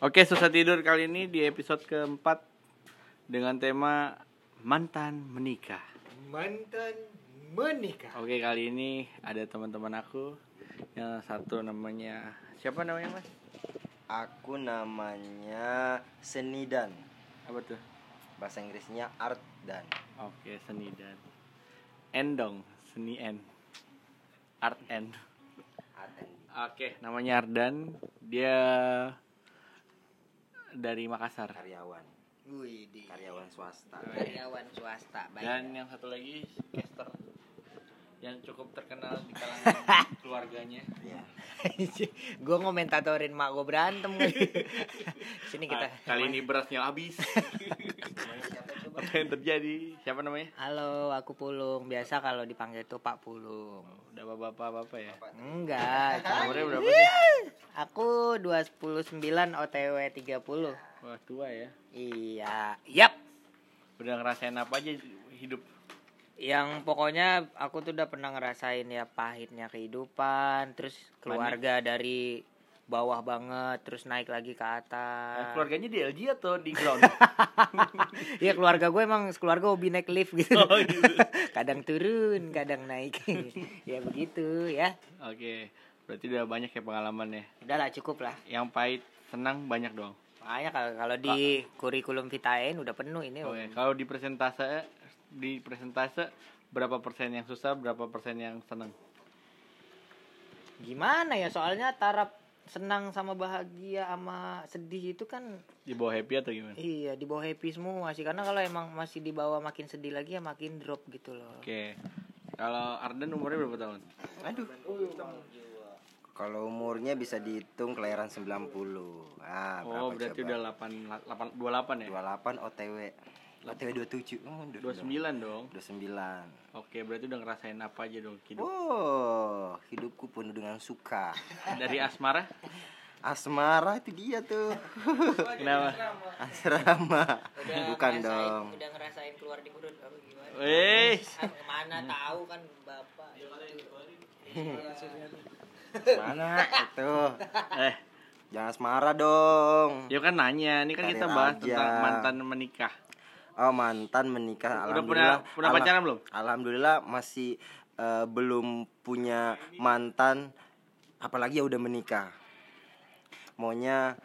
Oke, susah tidur kali ini di episode keempat dengan tema mantan menikah. Mantan menikah. Oke, kali ini ada teman-teman aku. Yang satu namanya siapa namanya, Mas? Aku namanya Senidan. Apa tuh? Bahasa Inggrisnya Ardan. Oke, Senidan. N dong, Seni N. Art N. Ardan. Oke, namanya Ardan. Dia dari Makassar. Karyawan swasta. Karyawan swasta. Baik. Dan yang satu lagi caster yang cukup terkenal di kalangan keluarganya. Ya. Gue ngomentatorin mak gue berantem. Sini kita. Kali ini berasnya habis. Apa yang terjadi? Siapa namanya? Halo, aku Pulung. Biasa kalau dipanggil tuh Pak Pulung. Udah bapak-bapak ya? Enggak. Umurnya berapa sih? Aku 29 OTW 30. Wah, tua ya. Iya. Yap. Udah ngerasain apa aja hidup? Yang pokoknya aku tuh udah pernah ngerasain ya pahitnya kehidupan, terus keluarga dari bawah banget, terus naik lagi ke atas. Keluarganya di LG atau di ground? Iya, keluarga gue emang keluarga hobi naik lift gitu. Oh, gitu. Kadang turun, kadang naik. Ya begitu ya. Oke, berarti udah banyak ya pengalaman ya. Udahlah, cukup lah. Yang pahit, senang banyak dong. Makanya kalau di kurikulum Vitaen udah penuh ini. Oke, kalau di presentase berapa persen yang susah, berapa persen yang senang? Gimana ya, soalnya taraf senang sama bahagia sama sedih itu kan Di bawah happy atau gimana? iya di bawah happy semua sih, karena kalau emang masih di bawah makin sedih lagi ya makin drop gitu loh. Oke. Kalau Arden umurnya berapa tahun? Aduh. Kalau umurnya bisa dihitung kelahiran 90. Oh, berarti coba? udah 28 ya? 28 OTW. OTW 27. 29 dong. 29. Oke, berarti udah ngerasain apa aja dong hidup? Oh, hidupku penuh dengan suka. Dari asmara? Asmara itu dia tuh. Kenapa? Asrama. Bukan dong. Udah ngerasain keluar di perut apa gimana? Mana tahu kan Bapak. Mana itu? Jangan asmara dong. Ya kan nanya, ini kan Karir kita bahas aja. tentang mantan menikah. Oh, mantan menikah. Udah pernah pacaran belum? Alhamdulillah masih belum punya mantan, apalagi ya udah menikah. Maunya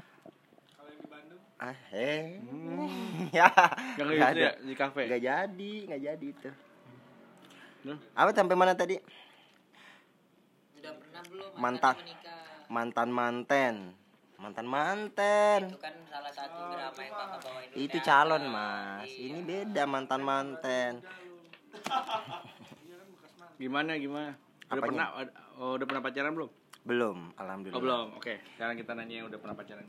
ya Gak gitu ya di kafe. nggak jadi itu. Loh? Apa sampai mana tadi? Udah pernah belum Mantan. menikah? Mantan. Itu kan salah satu drama yang Kakak bawain dulu. Itu calon, Mas. Ini beda mantan. Gimana? Udah Apanya? pernah pacaran belum? Belum, alhamdulillah. Oh, belum. Oke, sekarang kita nanya yang udah pernah pacaran.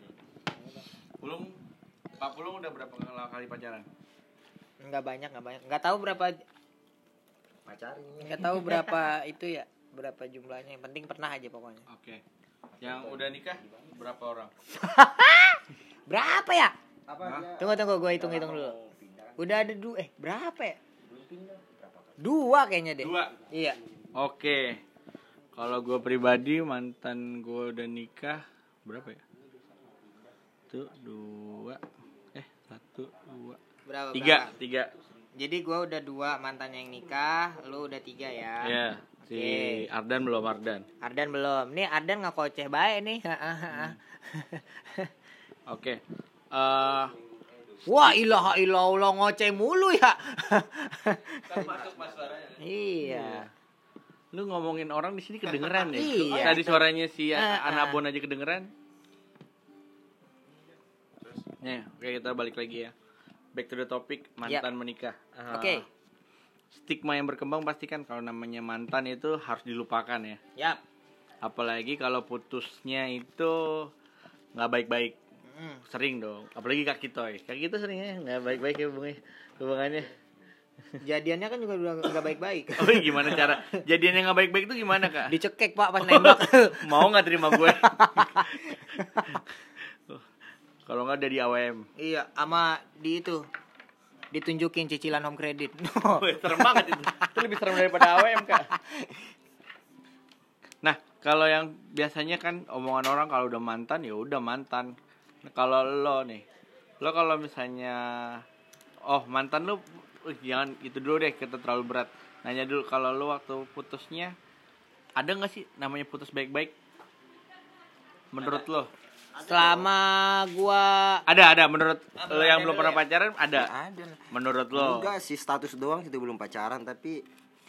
Pak Pulung udah berapa kali pacaran? Enggak banyak. Enggak tahu berapa Pacarin. Enggak tahu berapa itu ya, berapa jumlahnya. Yang penting pernah aja pokoknya. Oke. Yang udah nikah berapa orang? Berapa ya? Apa? Tunggu gue hitung dulu. Udah ada berapa ya? 2 kayaknya deh. 2. Iya. Oke. Kalau gue pribadi mantan gue udah nikah berapa ya? Tuh 2. 1, 2. Berapa? 3. Jadi gue udah 2 mantan yang nikah, lu udah 3 ya. Iya. Si Oke. Ardan belum. Ardan belum. Nih Ardan ngekoceh baik nih. Oke. Wah, ilaha illallah ngoceh mulu ya. Iya. Lu ngomongin orang di sini kedengeran ya? Iya. Tadi suaranya si Anabon aja kedengeran. Nih, oke kita balik lagi ya. Back to the topic, mantan menikah. Oke. Stigma yang berkembang pasti kan kalau namanya mantan itu harus dilupakan ya. Yap. Apalagi kalau putusnya itu nggak baik-baik. Sering dong. Apalagi Kak Kitoy. Kak Kitoy seringnya nggak baik-baik ya hubungannya. Jadiannya kan juga udah nggak baik-baik. Oh, gimana cara jadian yang nggak baik-baik itu gimana, Kak? Dicekek Pak pas nembak. Mau nggak terima gue? Kalau nggak dari AWM. Iya, sama di itu ditunjukin cicilan home credit. Serem banget itu. Itu lebih serem daripada AWM, Kak. Nah, kalau yang biasanya kan omongan orang kalau udah mantan ya udah mantan. Kalau lo nih, lo kalau misalnya mantan lo jangan itu dulu deh, kita terlalu berat. Nanya dulu, kalau lo waktu putusnya ada nggak sih namanya putus baik-baik? Menurut lo? Selama gua Ada menurut lo yang belum pernah pacaran ada. Ada. Menurut lo? Enggak sih, status doang itu belum pacaran, tapi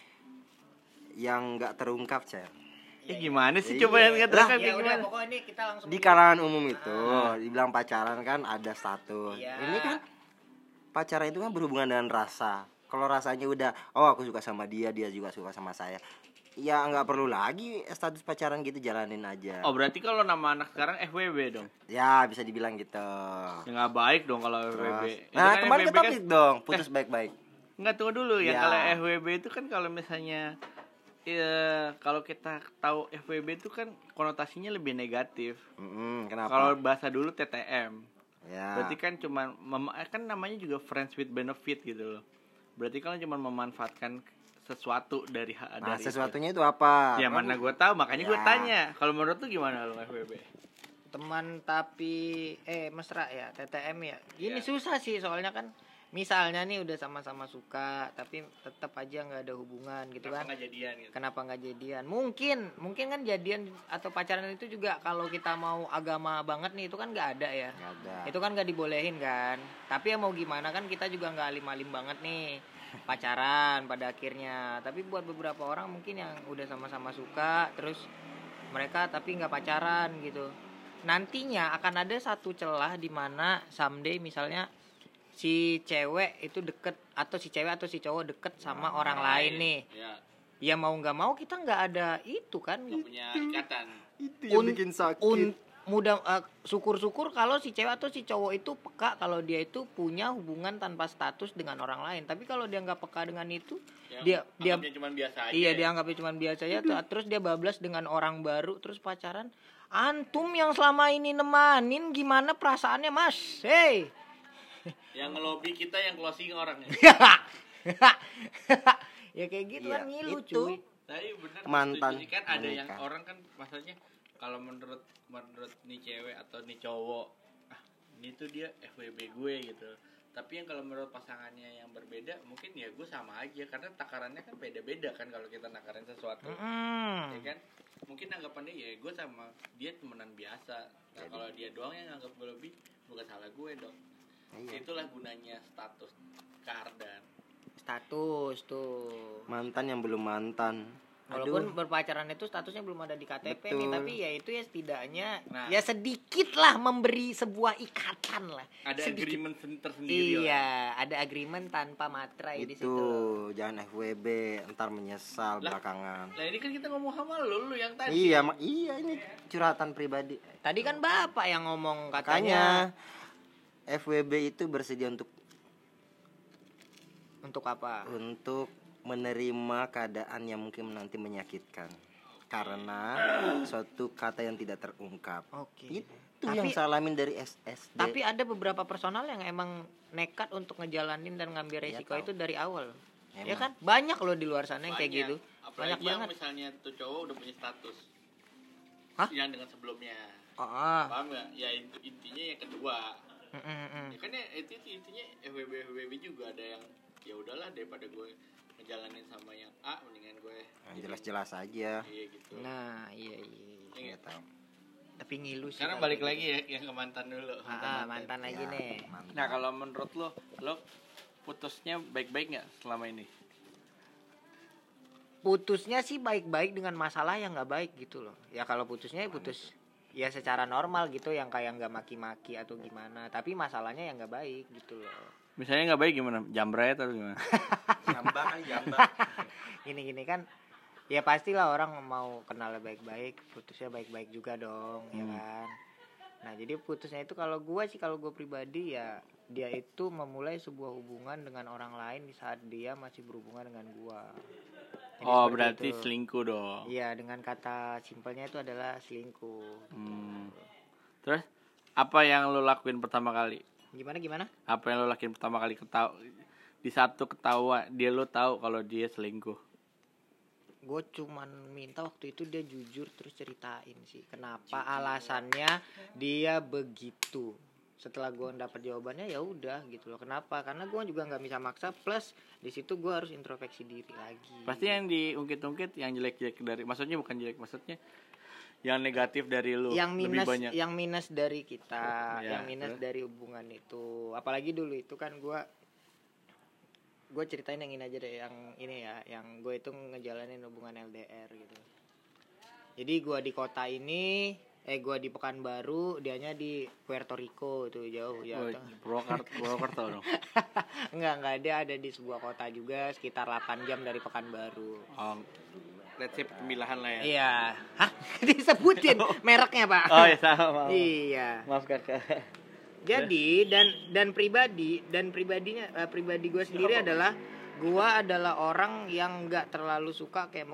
yang enggak terungkap, Cel. Gimana sih Iya. coba yang katakan ya udah gimana? pokoknya ini kita langsung Di kalangan umum itu dibilang pacaran kan ada status. Iya. Ini kan pacaran itu kan berhubungan dengan rasa. Kalau rasanya udah aku suka sama dia, dia juga suka sama saya, ya nggak perlu lagi status pacaran gitu, jalanin aja. Oh, berarti kalau nama anak sekarang FWB dong? Ya bisa dibilang gitu. Ya nggak baik dong kalau FWB. Itu Nah, kan kembali ke FWB topik dong, putus Eh. baik-baik. Nggak, tunggu dulu ya. Ya. Kalau FWB itu kan kalau misalnya kalau kita tahu FWB itu kan konotasinya lebih negatif. Kenapa? Kalau bahasa dulu TTM. Ya. Berarti kan cuma kan namanya juga friends with benefit gitu loh. Berarti kan cuma memanfaatkan sesuatu dari Nah, dari sesuatunya itu apa? Ya mana gue tahu, makanya gue Ya. tanya. Kalau menurut lu gimana lo FWB? teman tapi mesra ya, TTM ya. Ini Iya. susah sih soalnya kan misalnya nih udah sama-sama suka tapi tetap aja nggak ada hubungan gitu kan. Nggak jadian gitu. Kenapa nggak jadian? Mungkin kan jadian atau pacaran itu juga kalau kita mau agama banget nih itu kan nggak ada ya. Nggak ada. Itu kan nggak dibolehin kan. Tapi ya mau gimana kan kita juga nggak alim-alim banget nih pacaran pada akhirnya. Tapi buat beberapa orang mungkin yang udah sama-sama suka terus mereka tapi nggak pacaran gitu. Nantinya akan ada satu celah di mana someday misalnya si cewek itu deket atau si cewek atau si cowok deket sama orang lain nih. Ya, Ya mau nggak mau kita nggak ada itu kan. nggak punya ikatan. Itu yang bikin sakit. Syukur-syukur kalau si cewek atau si cowok itu peka kalau dia itu punya hubungan tanpa status dengan orang lain. Tapi kalau dia nggak peka dengan itu, dia cuma biasa aja. iya dianggapnya cuma biasa aja. Terus dia bablas dengan orang baru terus pacaran. Antum yang selama ini nemanin gimana perasaannya, Mas? Hey. Yang ngelobi kita, yang closing orangnya. Ya kayak gitu Iya, kan ngilu itu. cuy. Tapi bener Mantan setuju sih, kan ada yang menikah. orang kan maksudnya kalau menurut nih cewek atau nih cowok, ini tuh dia FWB gue gitu. Tapi yang kalau menurut pasangannya yang berbeda, mungkin ya gue sama aja karena takarannya kan beda-beda kan kalau kita nakarin sesuatu. Ya kan? Mungkin anggapannya ya gue sama dia temenan biasa. Nah, kalau dia doang yang nganggap gue lebih, bukan salah gue dong. Iya. Itulah gunanya status Kardan. Status tuh. Mantan yang belum mantan. Walaupun berpacaran itu statusnya belum ada di KTP nih, Betul. tapi ya itu ya setidaknya Nah. ya sedikit lah memberi sebuah ikatan lah. Ada Sedikit. agreement tersendiri lah. Iya, ada agreement tanpa materai di Itu situ. jangan FWB, ntar menyesal Lah. belakangan. Nah ini kan kita ngomong sama lu yang tadi. Iya ini curhatan pribadi. Tadi kan Bapak yang ngomong Makanya katanya FWB itu bersedia untuk apa? menerima keadaan yang mungkin nanti menyakitkan karena suatu kata yang tidak terungkap. Oke. Itu yang saya alamin dari SSD. Tapi ada beberapa personal yang emang nekat untuk ngejalanin dan ngambil Iya, resiko tahu. itu dari awal. Emang. Ya kan? Banyak loh di luar sana yang kayak gitu. Apalagi Banyak yang banget. misalnya tuh cowok udah punya status. Hah? Yang dengan sebelumnya. Ah. Paham gak? Ya intinya yang kedua. Mm-mm. Ya kan ya itu intinya FWB juga ada yang ya udahlah daripada gue ngejalanin sama yang A mendingan gue Yang jelas-jelas aja. iya gitu. Nah, iya. Iya tahu. Tapi ngilu sih. Sekarang kalau balik gitu. lagi ya yang ke mantan dulu. Mantan lagi Ya, nih. mantan. Nah kalau menurut lo putusnya baik-baik nggak selama ini? Putusnya sih baik-baik dengan masalah yang nggak baik gitu loh. Ya kalau putusnya ya putus ya secara normal gitu, yang kayak nggak maki-maki atau gimana. Tapi masalahnya yang nggak baik gitu loh. Misalnya nggak baik gimana? Jambret atau gimana? Jambak kali jambak. Gini kan ya pastilah orang mau kenal baik-baik, putusnya baik-baik juga dong, ya kan. Nah jadi putusnya itu kalau gue pribadi ya dia itu memulai sebuah hubungan dengan orang lain di saat dia masih berhubungan dengan gue. Jadi Oh seperti berarti itu. selingkuh dong. Iya, dengan kata simpelnya itu adalah selingkuh. Terus apa yang lo lakuin pertama kali? Gimana? Apa yang lo lakuin pertama kali di saat tuh ketawa dia lo tahu kalau dia selingkuh? gue cuman minta waktu itu dia jujur terus ceritain sih kenapa alasannya dia begitu. Setelah gue dapet jawabannya ya udah gitu loh. Kenapa? Karena gue juga nggak bisa maksa, plus di situ gue harus introspeksi diri lagi. Pasti yang diungkit-ungkit yang jelek-jelek dari, maksudnya bukan jelek, maksudnya yang negatif dari lu yang minus, lebih banyak. yang minus dari kita, Ya, yang minus terus? dari hubungan itu. Apalagi dulu itu kan gue ceritain yang ini aja deh, yang ini ya, yang gue itu ngejalanin hubungan LDR gitu. Jadi gue di kota ini, gue di Pekanbaru, dianya di Puerto Rico, itu jauh ya. Purwokerto dong. Enggak, dia ada di sebuah kota juga sekitar 8 jam dari Pekanbaru. Oh, resep pemilahan lah ya. Iya. Hah? Disebutin mereknya, Pak. Oh ya sama. Iya. Maaf kakak. Jadi pribadi gue sendiri adalah gue adalah orang yang nggak terlalu suka kayak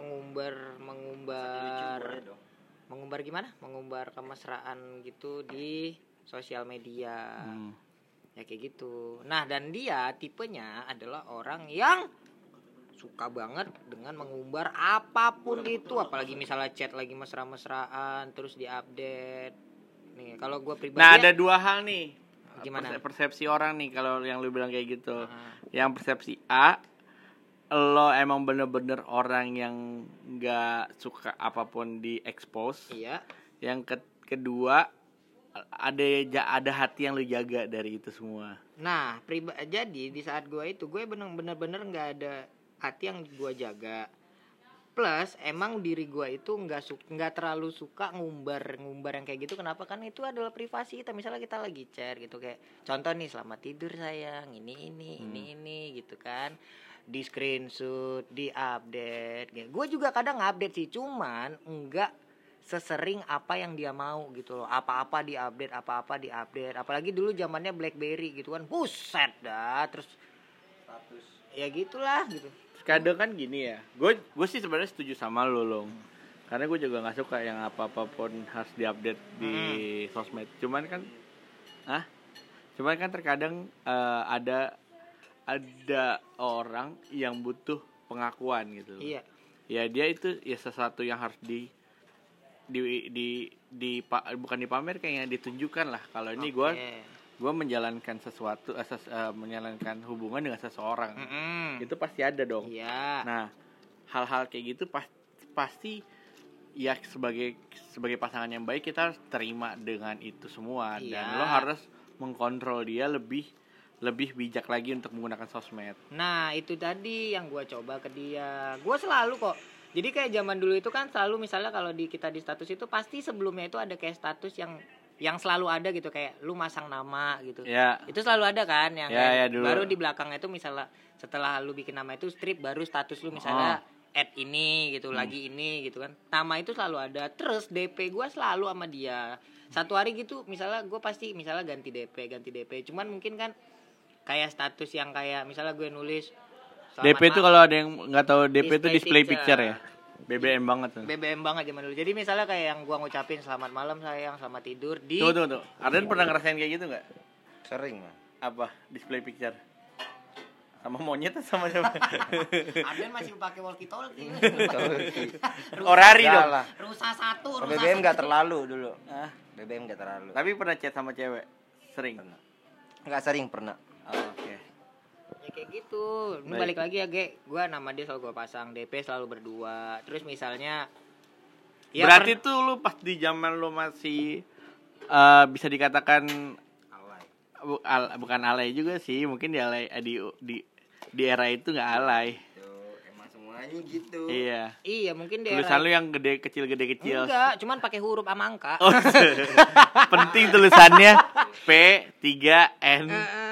mengumbar gimana? Mengumbar kemesraan gitu di sosial media. Ya kayak gitu. Nah, dan dia tipenya adalah orang yang suka banget dengan mengumbar apapun itu, apalagi misalnya chat lagi mesra-mesraan terus diupdate. Nih, kalau gue pribadi Nah, ada dua hal nih. Gimana? Persepsi orang nih kalau yang lu bilang kayak gitu. Yang persepsi A, lo emang bener-bener orang yang nggak suka apapun di expose. Iya. Yang kedua, ada hati yang lu jaga dari itu semua. Nah, jadi di saat gue itu gue bener-bener nggak ada hati yang gue jaga. Plus emang diri gue itu nggak terlalu suka ngumbar yang kayak gitu. Kenapa? Kan itu adalah privasi kita. Misalnya kita lagi chat gitu, kayak contoh nih, selamat tidur sayang, ini gitu kan, di screenshot, di update. Gue juga kadang update sih, cuman enggak sesering apa yang dia mau gitu loh. Apa-apa diupdate. Apalagi dulu zamannya BlackBerry gitu kan, buset dah. Terus status ya gitulah gitu. Kadang kan gini ya, gue sih sebenarnya setuju sama lo Long, karena gue juga nggak suka yang apapun harus diupdate di sosmed. Cuman kan terkadang ada orang yang butuh pengakuan gitu. Iya. Ya dia itu ya sesuatu yang harus bukan dipamer, kayak yang ditunjukkan lah. Kalau ini gue menjalankan sesuatu, menjalankan hubungan dengan seseorang, itu pasti ada dong. Iya. Nah, hal-hal kayak gitu pasti ya sebagai pasangan yang baik kita harus terima dengan itu semua. Iya. Dan lo harus mengkontrol dia lebih bijak lagi untuk menggunakan sosmed. Nah, itu tadi yang gue coba ke dia. Gue selalu kok. Jadi kayak zaman dulu itu kan selalu misalnya kalau kita di status itu pasti sebelumnya itu ada kayak status yang selalu ada gitu, kayak lu masang nama gitu. Ya. Itu selalu ada kan yang dulu. baru di belakangnya itu misalnya setelah lu bikin nama itu strip, baru status lu misalnya add ini gitu, lagi ini gitu kan. Nama itu selalu ada. Terus DP gue selalu sama dia. Satu hari gitu misalnya gue pasti misalnya ganti DP. Cuman mungkin kan kayak status yang kayak misalnya gue nulis DP itu kalau ada yang nggak tahu, DP itu display picture ya. BBM banget tuh. BBM banget zaman dulu. Jadi misalnya kayak yang gua ngucapin selamat malam sayang, selamat tidur di. Tuh. Arden pernah ngerasain kayak gitu nggak? Sering lah. Apa? Display picture. Sama monyet atau sama siapa? Arden masih pakai walkie talkie. Orari dong. Rusa 1, rusa BBM nggak terlalu dulu. BBM nggak terlalu. Tapi pernah chat sama cewek? Sering? Nggak sering pernah. Oke. Ya kayak gitu. Ini balik lagi ya, gua nama dia selalu gua pasang, DP selalu berdua. Terus misalnya ya berarti tuh lu pas di zaman lu masih bisa dikatakan alay. Bukan alay juga sih, mungkin di alay di era itu nggak alay. Emang semuanya gitu. Iya, mungkin di tulisan lu yang gede kecil. Enggak, cuman pakai huruf sama angka. Penting tulisannya P3N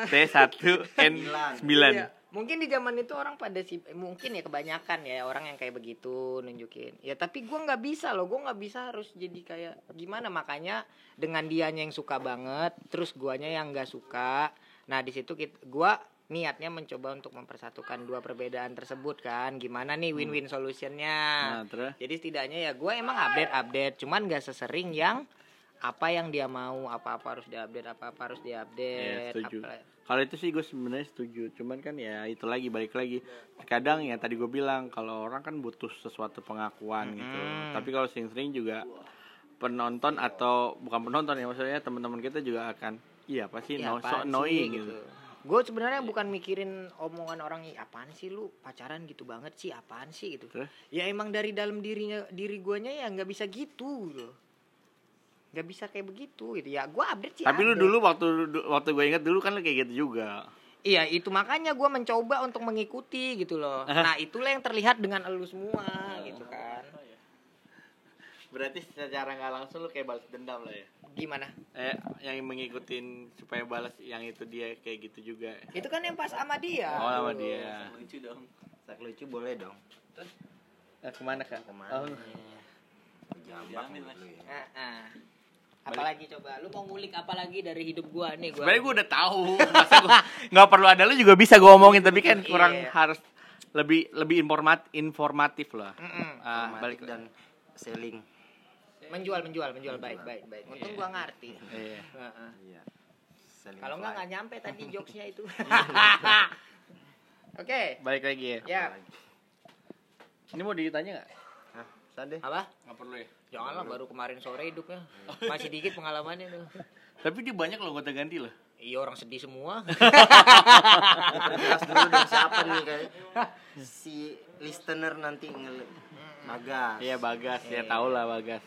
T1N 9. Iya. Mungkin di zaman itu orang pada mungkin ya kebanyakan ya orang yang kayak begitu nunjukin. Ya tapi gue nggak bisa loh, gue nggak bisa harus jadi kayak gimana. Makanya dengan dianya yang suka banget, terus guanya yang nggak suka. Nah di situ gue niatnya mencoba untuk mempersatukan dua perbedaan tersebut kan. Gimana nih win-win solutionnya. Nah, terus? Jadi setidaknya ya gue emang update, cuman nggak sesering yang apa yang dia mau, apa-apa harus diupdate, apa-apa harus diupdate. Setuju. Kalau itu sih gue sebenarnya setuju. Cuman kan ya itu lagi, balik lagi. Kadang ya tadi gue bilang kalau orang kan butuh sesuatu pengakuan gitu. Tapi kalau sering-sering juga penonton atau bukan penonton ya, maksudnya teman-teman kita juga akan iya apa sih Ya, so apaan annoying sih, gitu. Gue sebenarnya bukan mikirin omongan orang, apaan sih lu pacaran gitu banget sih, apaan sih gitu. Terus? Ya emang dari dalam diri guanya ya nggak bisa gitu loh. Nggak bisa kayak begitu gitu ya. Gue update sih. Tapi lu update. dulu waktu gue ingat dulu kan lu kayak gitu juga. Iya, itu makanya gue mencoba untuk mengikuti gitu loh. Nah itulah yang terlihat dengan elu semua gitu kan. Berarti secara nggak langsung lu kayak balas dendam lah ya. Gimana? Yang mengikutin supaya balas yang itu dia kayak gitu juga. Itu kan yang pas sama dia. Oh, sama dia. Lucu dong. Sak lucu boleh dong. Kemana Kak? Kemana? Oh. Jambak dulu ya. Apalagi coba, lu mau ngulik apa lagi dari hidup gua nih? Sebenarnya gue udah tahu. Masa gue nggak perlu ada, lu juga bisa gue omongin, tapi kan kurang Iya. harus lebih informatif lah. Balik dan selling. menjual baik. Untung gua ngerti. Iya. Heeh. Iya. Selling Kalau fly. nggak nyampe tadi jokesnya itu. Oke. Balik lagi ya. Ya. Ini mau ditanya nggak? Hah, sadeh. Apa? Nggak perlu ya. Janganlah, baru kemarin sore hidupnya. Masih dikit pengalamannya tuh. Tapi dia banyak loh gonta ganti loh. Iya, orang sedih semua. Jelas dulu dong siapa nih kayak si listener nanti Bagas. Iya Bagas, ya tau lah Bagas.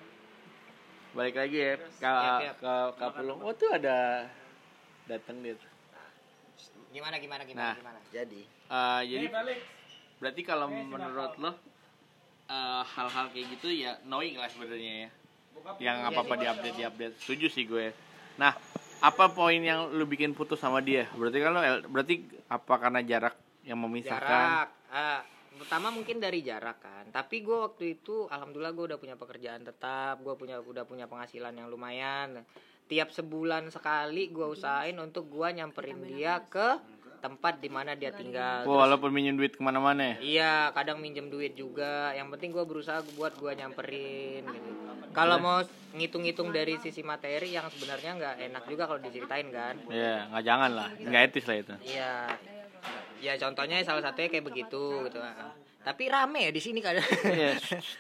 Balik lagi ya Siap. ke Kapulung. Oh tuh ada datang dia. Gimana? Nah. Jadi Jadi berarti kalau menurut lo hal-hal kayak gitu ya knowing lah sebenarnya ya. Yang apa-apa diupdate. Setuju sih gue. Nah, apa poin yang lu bikin putus sama dia? Berarti kan berarti apa karena jarak yang memisahkan? Jarak. Pertama mungkin dari jarak kan. Tapi gue waktu itu alhamdulillah gue udah punya pekerjaan tetap, gue udah punya penghasilan yang lumayan. Tiap sebulan sekali gue usahain untuk gue nyamperin dia ke tempat di mana dia tinggal. Walaupun minjem duit kemana-mana ya? Iya, kadang minjem duit juga. Yang penting gue berusaha buat gue nyamperin gitu. Kalau mau ngitung-ngitung dari sisi materi yang sebenarnya nggak enak juga kalau diceritain kan. Iya, jangan lah, nggak etis lah itu. Iya. Ya contohnya salah satunya kayak begitu gitu. Tapi rame ya di sini kadang. Iya.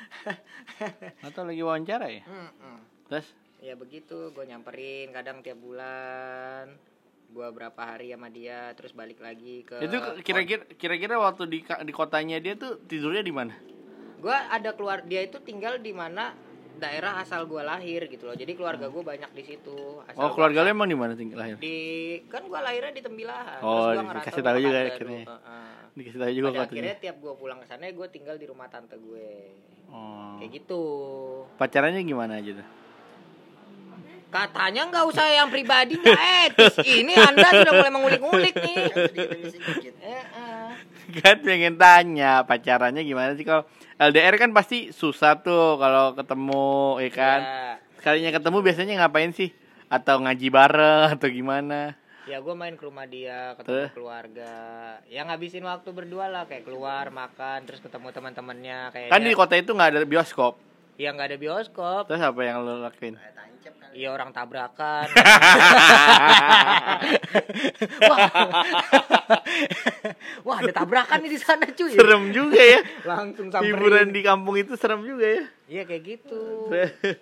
Atau lagi wawancara ya? Terus? Ya begitu, gue nyamperin kadang tiap bulan. Gue berapa hari sama dia, terus balik lagi ke. Itu kira-kira waktu di kotanya dia tuh tidurnya di mana? Gue ada dia itu tinggal di mana daerah asal gue lahir gitu loh. Jadi keluarga gue banyak di situ. Oh, keluarga lu emang di mana lahir? Kan gue lahirnya di Tembilahan. Oh, terus gua ngerantau dikasih di tahu juga Pekanbaru. akhirnya. Dikasih tahu juga Pada katanya. akhirnya tiap gue pulang ke sana gue tinggal di rumah tante gue. Oh. Kayak gitu. Pacarannya gimana aja tuh? Katanya nggak usah yang pribadi, nggak etis. Ini Anda sudah mulai mengulik-ngulik nih. Kan pengen tanya pacarannya gimana sih, kalau LDR kan pasti susah tuh kalau ketemu, ya kan? Ya. Sekalinya ketemu biasanya ngapain sih? Atau ngaji bareng atau gimana? Ya gue main ke rumah dia, ketemu keluarga. Ya ngabisin waktu berdua lah, kayak keluar makan, terus ketemu teman-temannya. Kayak Kan di kota itu nggak ada bioskop. ya nggak ada bioskop. Terus apa yang lo lakuin? Iya, orang tabrakan. Wah, ada tabrakan nih di sana cuy. Serem juga ya. Langsung samperin. Hiburan di kampung itu serem juga ya. Iya kayak gitu.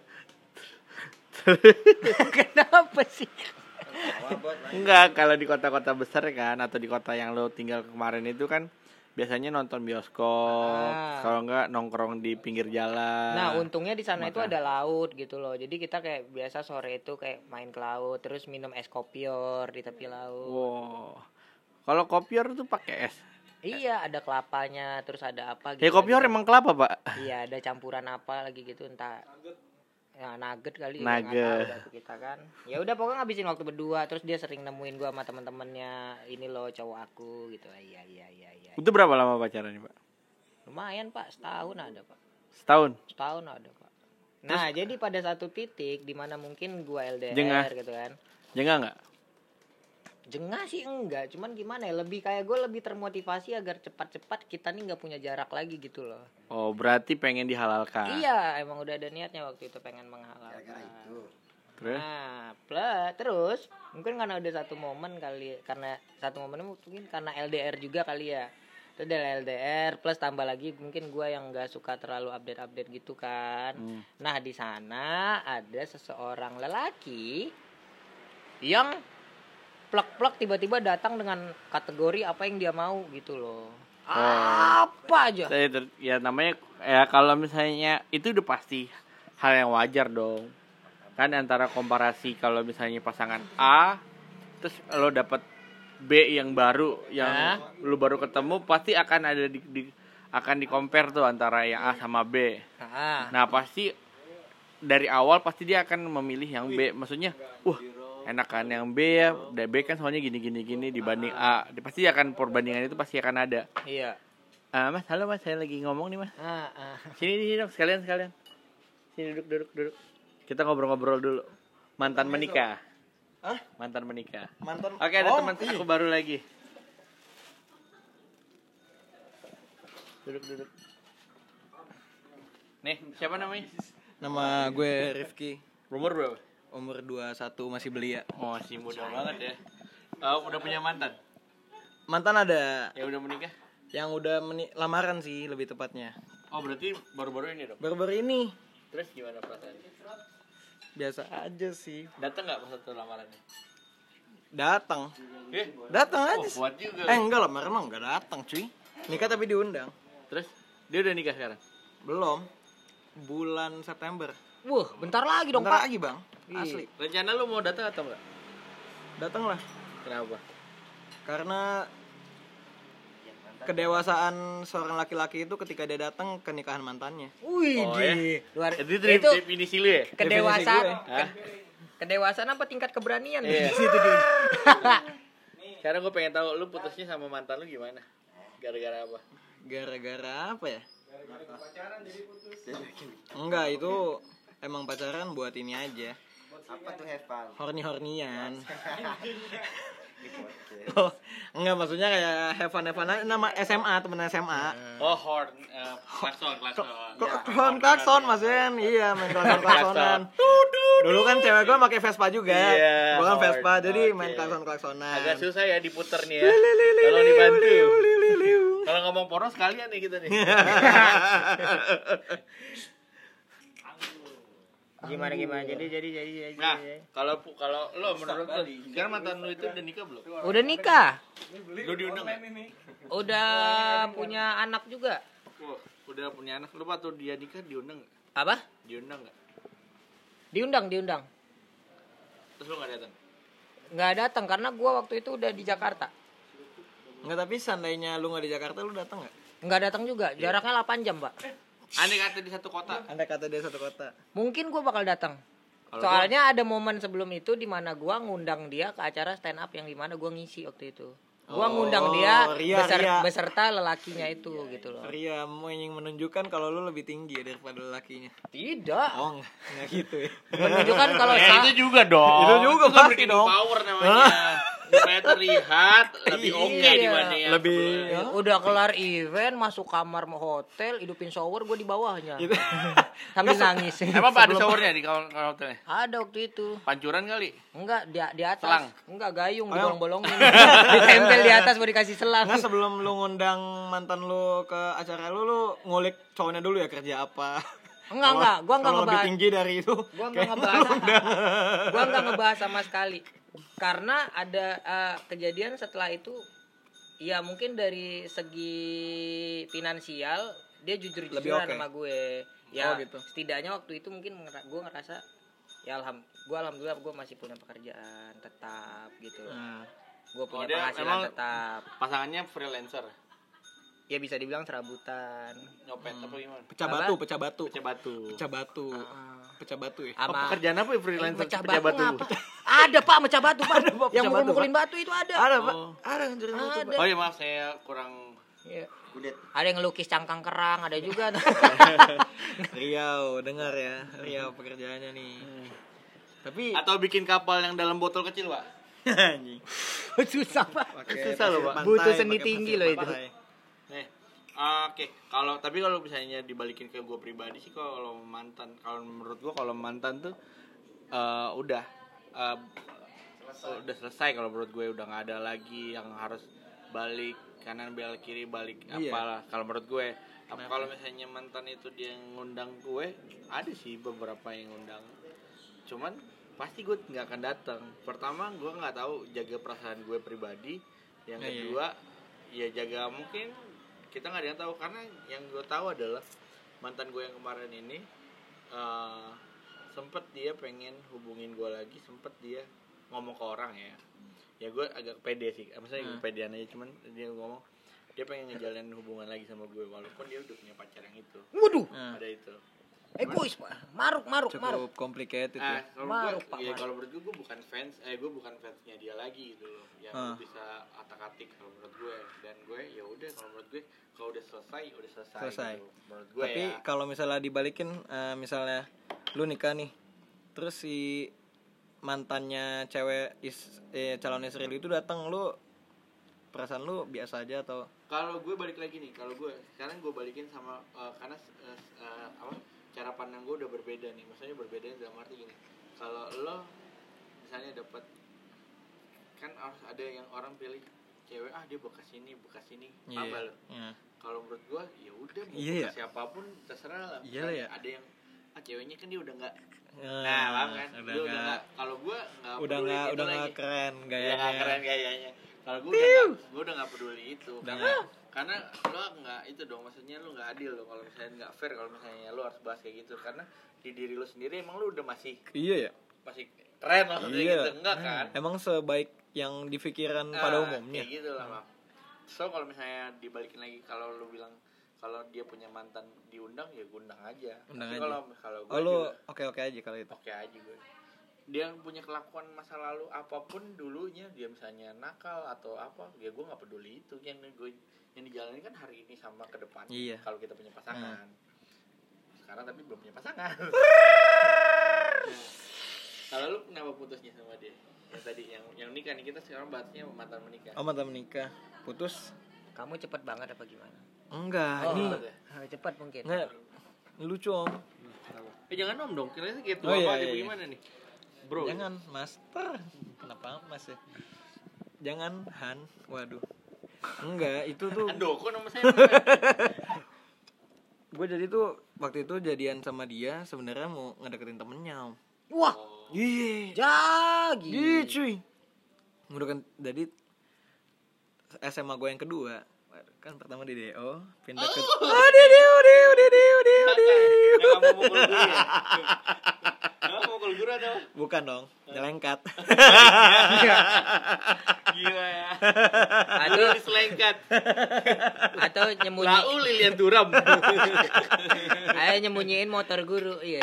Kenapa sih? Enggak, kalau di kota-kota besar kan, atau di kota yang lo tinggal kemarin itu kan biasanya nonton bioskop, kalau enggak nongkrong di pinggir jalan. Nah, untungnya di sana itu ada laut gitu loh. Jadi kita kayak biasa sore itu kayak main ke laut, terus minum es kopior di tepi laut. Wow. Kalau kopior tuh pakai es. Iya, ada kelapanya, terus ada apa gitu. Ya kopior emang kelapa, Pak. Iya, ada campuran apa lagi gitu, entah. Ya nugget kali. Nugget. Kita kan. Ya udah pokoknya ngabisin waktu berdua, terus dia sering nemuin gua sama teman-temannya. Ini loh cowok aku gitu. Iya. Itu berapa lama pacaran nih, Pak? Lumayan, Pak, setahun ada, Pak. Setahun Ada, Pak. Nah, jadi pada satu titik di mana mungkin gua LDR Jengah. gitu kan. Jengah enggak? Jengah sih enggak, cuman gimana ya, lebih kayak gue lebih termotivasi agar cepat-cepat kita nih nggak punya jarak lagi gitu loh. Oh, berarti pengen dihalalkan. Iya, emang udah ada niatnya waktu itu pengen menghalalkan. Gara-gara itu. Terus? Nah, terus mungkin karena udah satu momen kali, karena satu momennya mungkin karena LDR juga kali ya. Itu dari LDR plus tambah lagi mungkin gue yang nggak suka terlalu update gitu kan. Nah di sana ada seseorang lelaki yang plek-plek tiba-tiba datang dengan kategori apa yang dia mau gitu loh. Apa aja. Ya namanya ya kalau misalnya itu udah pasti hal yang wajar dong. Kan antara komparasi kalau misalnya pasangan A terus lo dapet B yang baru yang lo baru ketemu pasti akan ada akan di-compare tuh antara yang A sama B. Nah, pasti dari awal pasti dia akan memilih yang B. Maksudnya, enakan yang B ya. B kan soalnya gini dibanding A. Pasti akan perbandingan itu pasti akan ada. Iya. Mas, halo Mas, saya lagi ngomong nih Mas. Sini dong, sekalian. Sini duduk. Kita ngobrol-ngobrol dulu. Mantan menikah. Mantan menikah. Oke, ada teman aku baru lagi. Duduk. Nih, siapa namanya? Nama gue Rifki. Umur berapa? Umur 21, masih belia. Oh, masih muda banget ya. Udah punya mantan? Mantan ada. Ya udah menikah? Yang udah lamaran sih lebih tepatnya. Oh, berarti baru-baru ini dong? Baru-baru ini. Terus gimana perasaannya? Biasa aja sih. Datang nggak pas satu lamarannya? Datang aja. Kuat juga. Enggak lah, emang enggak datang cuy. Nikah tapi diundang. Terus dia udah nikah sekarang? Belum. Bulan September. Wah, bentar lagi dong, Bentar Pak. lagi, Bang. Asli. Rencana lu mau datang atau enggak? Datang lah. Kenapa? Karena kedewasaan seorang laki-laki itu ketika dia datang ke nikahan mantannya. Wih, Oh, ya? luar Itu itu definisi lu ya? kedewasaan. Hah? Kedewasaan apa tingkat keberanian Iya. di situ dia. Sekarang gue pengen tahu lu putusnya sama mantan lu gimana? Gara-gara apa? Gara-gara apa ya? Enggak, itu emang pacaran buat ini aja. Apa tuh have fun? Horny-hornian. Oh, enggak, maksudnya kayak have fun nama SMA, temen SMA. Oh, horn, Klakson maksudnya, iya, main klakson-klaksonan. Dulu kan cewek gue pakai Vespa juga. Iya, Gue kan horn. Vespa, jadi Oke. main klakson-klaksonan. Agak susah ya diputer nih ya. Tolong dibantu. Kalau ngomong porno sekalian nih kita nih. Gimana jadi. Nah, kalau lo menurut lo sekarang mantan lu itu udah nikah belum? Udah nikah. Lu diundang nggak? Udah punya anak juga. Wah, udah punya anak. Lu waktu dia nikah diundang nggak? Apa? Diundang nggak? Diundang. Terus lu nggak datang? Nggak datang karena gua waktu itu udah di Jakarta. Enggak, tapi seandainya lu nggak di Jakarta, lu datang nggak? Nggak datang juga. Jaraknya 8 jam, Pak. Andai kata di satu kota. Andai kata dia satu kota. Mungkin gua bakal datang. Kalau Soalnya ada momen sebelum itu di mana gua ngundang dia ke acara stand up yang di mana gua ngisi waktu itu. Gua ngundang dia Ria. beserta lelakinya itu gitu loh. Ria mau ingin menunjukkan kalau lu lebih tinggi daripada lakinya. Tidak. Oh, enggak gitu ya. Menunjukkan kalau Ya itu juga dong. Itu juga kan pasti bargaining dong. power namanya. Supaya terlihat lebih oke Iya. dibanding yang Lebih sebelumnya. udah kelar event, masuk kamar hotel, hidupin shower, gue di bawahnya. Sambil nangis. Emang apa ada showernya di kamar hotelnya? Ada waktu itu. Pancuran kali? Enggak, di atas. Selang? Enggak, gayung dibolong-bolongin. Ditempel di atas mau dikasih selang. Nggak, sebelum lu ngundang mantan lu ke acara lu ngulik cowoknya dulu ya, kerja apa. Enggak, gua enggak Kalau lebih ngebahas. tinggi dari itu. Gua enggak ngebahas. Gua enggak ngebahas sama sekali. Karena ada kejadian setelah itu, ya mungkin dari segi finansial dia jujur-jujuran Lebih oke. sama gue. Ya, Oh, gitu. setidaknya waktu itu mungkin gue ngerasa ya alhamdulillah gue masih punya pekerjaan tetap gitu. Gue punya dia penghasilan emang tetap. Pasangannya freelancer. Ya bisa dibilang serabutan. Nyopet apa gimana? Pecah Apa? batu. Pecah batu. Pecah batu ya. Apa Sama pekerjaan apa ya freelancer mecah pecah batu batu? ngapa? Ada Pak mecah batu Pak. Ada, Pak, Yang mecah batu, mukul-mukulin batu itu ada. Ada, Pak. Oh. Ada yang cerita itu, Ada. Pak. Oh iya maaf saya kurang. Iya. Kudet. Ada yang ngelukis cangkang kerang, ada juga. Riau, dengar ya. Riau pekerjaannya nih. Tapi Atau bikin kapal yang dalam botol kecil, Pak. anjing. Susah Pak. Pakai Susah loh, pasir Pak. pantai, Butuh seni pakai tinggi pasir loh itu. pantai. Nih. Oke, kalau misalnya dibalikin ke gue pribadi sih, kalau menurut gue kalau mantan tuh udah selesai. Kalau menurut gue udah nggak ada lagi yang harus balik kanan belok kiri balik apalah. Kalau menurut gue, kalau misalnya mantan itu dia yang ngundang gue, ada sih beberapa yang ngundang, cuman pasti gue nggak akan datang. Pertama, gue nggak tahu jaga perasaan gue pribadi. Yang kedua, ya jaga mungkin kita nggak ada yang tahu, karena yang gue tahu adalah mantan gue yang kemarin ini sempet dia pengen hubungin gue lagi, sempet dia ngomong ke orang ya gue agak pede sih, maksudnya gue pedean aja, cuman dia ngomong dia pengen ngejalanin hubungan lagi sama gue walaupun dia udah punya pacar yang itu. Waduh. Ada itu. Egois Pak. Maruk. Cukup complicated ya. Kalau menurut gue bukan fansnya dia lagi gitu loh. Yang bisa atak-atik kalau menurut gue, dan gue ya udah, kalau menurut gue kalau udah selesai gitu, menurut gue. Tapi kalau misalnya dibalikin, misalnya lu nikah nih, terus si mantannya cewek calon istri lu itu datang, lu perasaan lu biasa aja atau? Kalau gue balik lagi nih, kalau gue sekarang gue balikin sama karena cara pandang gue udah berbeda nih. Maksudnya berbeda dalam arti gini, kalau lo misalnya dapat, kan harus ada yang orang pilih cewek, dia bekas ini apa lo? Kalau menurut gue ya udah, mau bekas siapapun terserah lah. Ada yang ceweknya kan dia udah nggak, paham kan? Dia udah nggak, kalau gue udah nggak keren gayanya. Kalau gue udah nggak peduli itu, karena lo nggak itu dong, maksudnya lo nggak adil lo kalau misalnya nggak fair kalau misalnya lo harus bahas kayak gitu, karena di diri lo sendiri emang lo udah masih keren loh gitu, enggak kan? Emang sebaik yang dipikiran pada umumnya. Kayak gitu lah, So kalau misalnya dibalikin lagi, kalau lo bilang kalau dia punya mantan diundang, ya gue undang aja. Kalau gue oke aja kalau itu. Oke aja gue. Dia punya kelakuan masa lalu apapun dulunya, dia misalnya nakal atau apa, ya gue nggak peduli itu. Yang dijalanin kan hari ini sama ke depan. Kalau kita punya pasangan. Sekarang tapi belum punya pasangan. Kalau lu kenapa putusnya sama dia? Yang tadi yang nikah nih, kita sekarang bahasnya mantan menikah. Mantan menikah, putus. Kamu cepet banget apa gimana? Enggak, ini cepat mungkin. Enggak. Lucu Om. Jangan Om dong, kira-kira gitu apa aja bagaimana nih? Bro. Jangan Master. Kenapa Mas ya? Jangan Han. Waduh. Enggak, itu tuh Andoko nama saya. Gue jadi tuh waktu itu jadian sama dia sebenarnya mau ngedeketin temennya Om. Wah. Iya. Jagi. Iya cuy. Udah kan jadi SMA gue yang kedua. Kan pertama di DO, pindah ke DO. Yang kamu mukul guru ya? Kamu mukul guru atau? Bukan dong, nyelengkat. Gila ya. Atau diselengkat. Atau nyembunyi. Lau Lilian Turam. Ayo nyembunyiin motor guru, iya.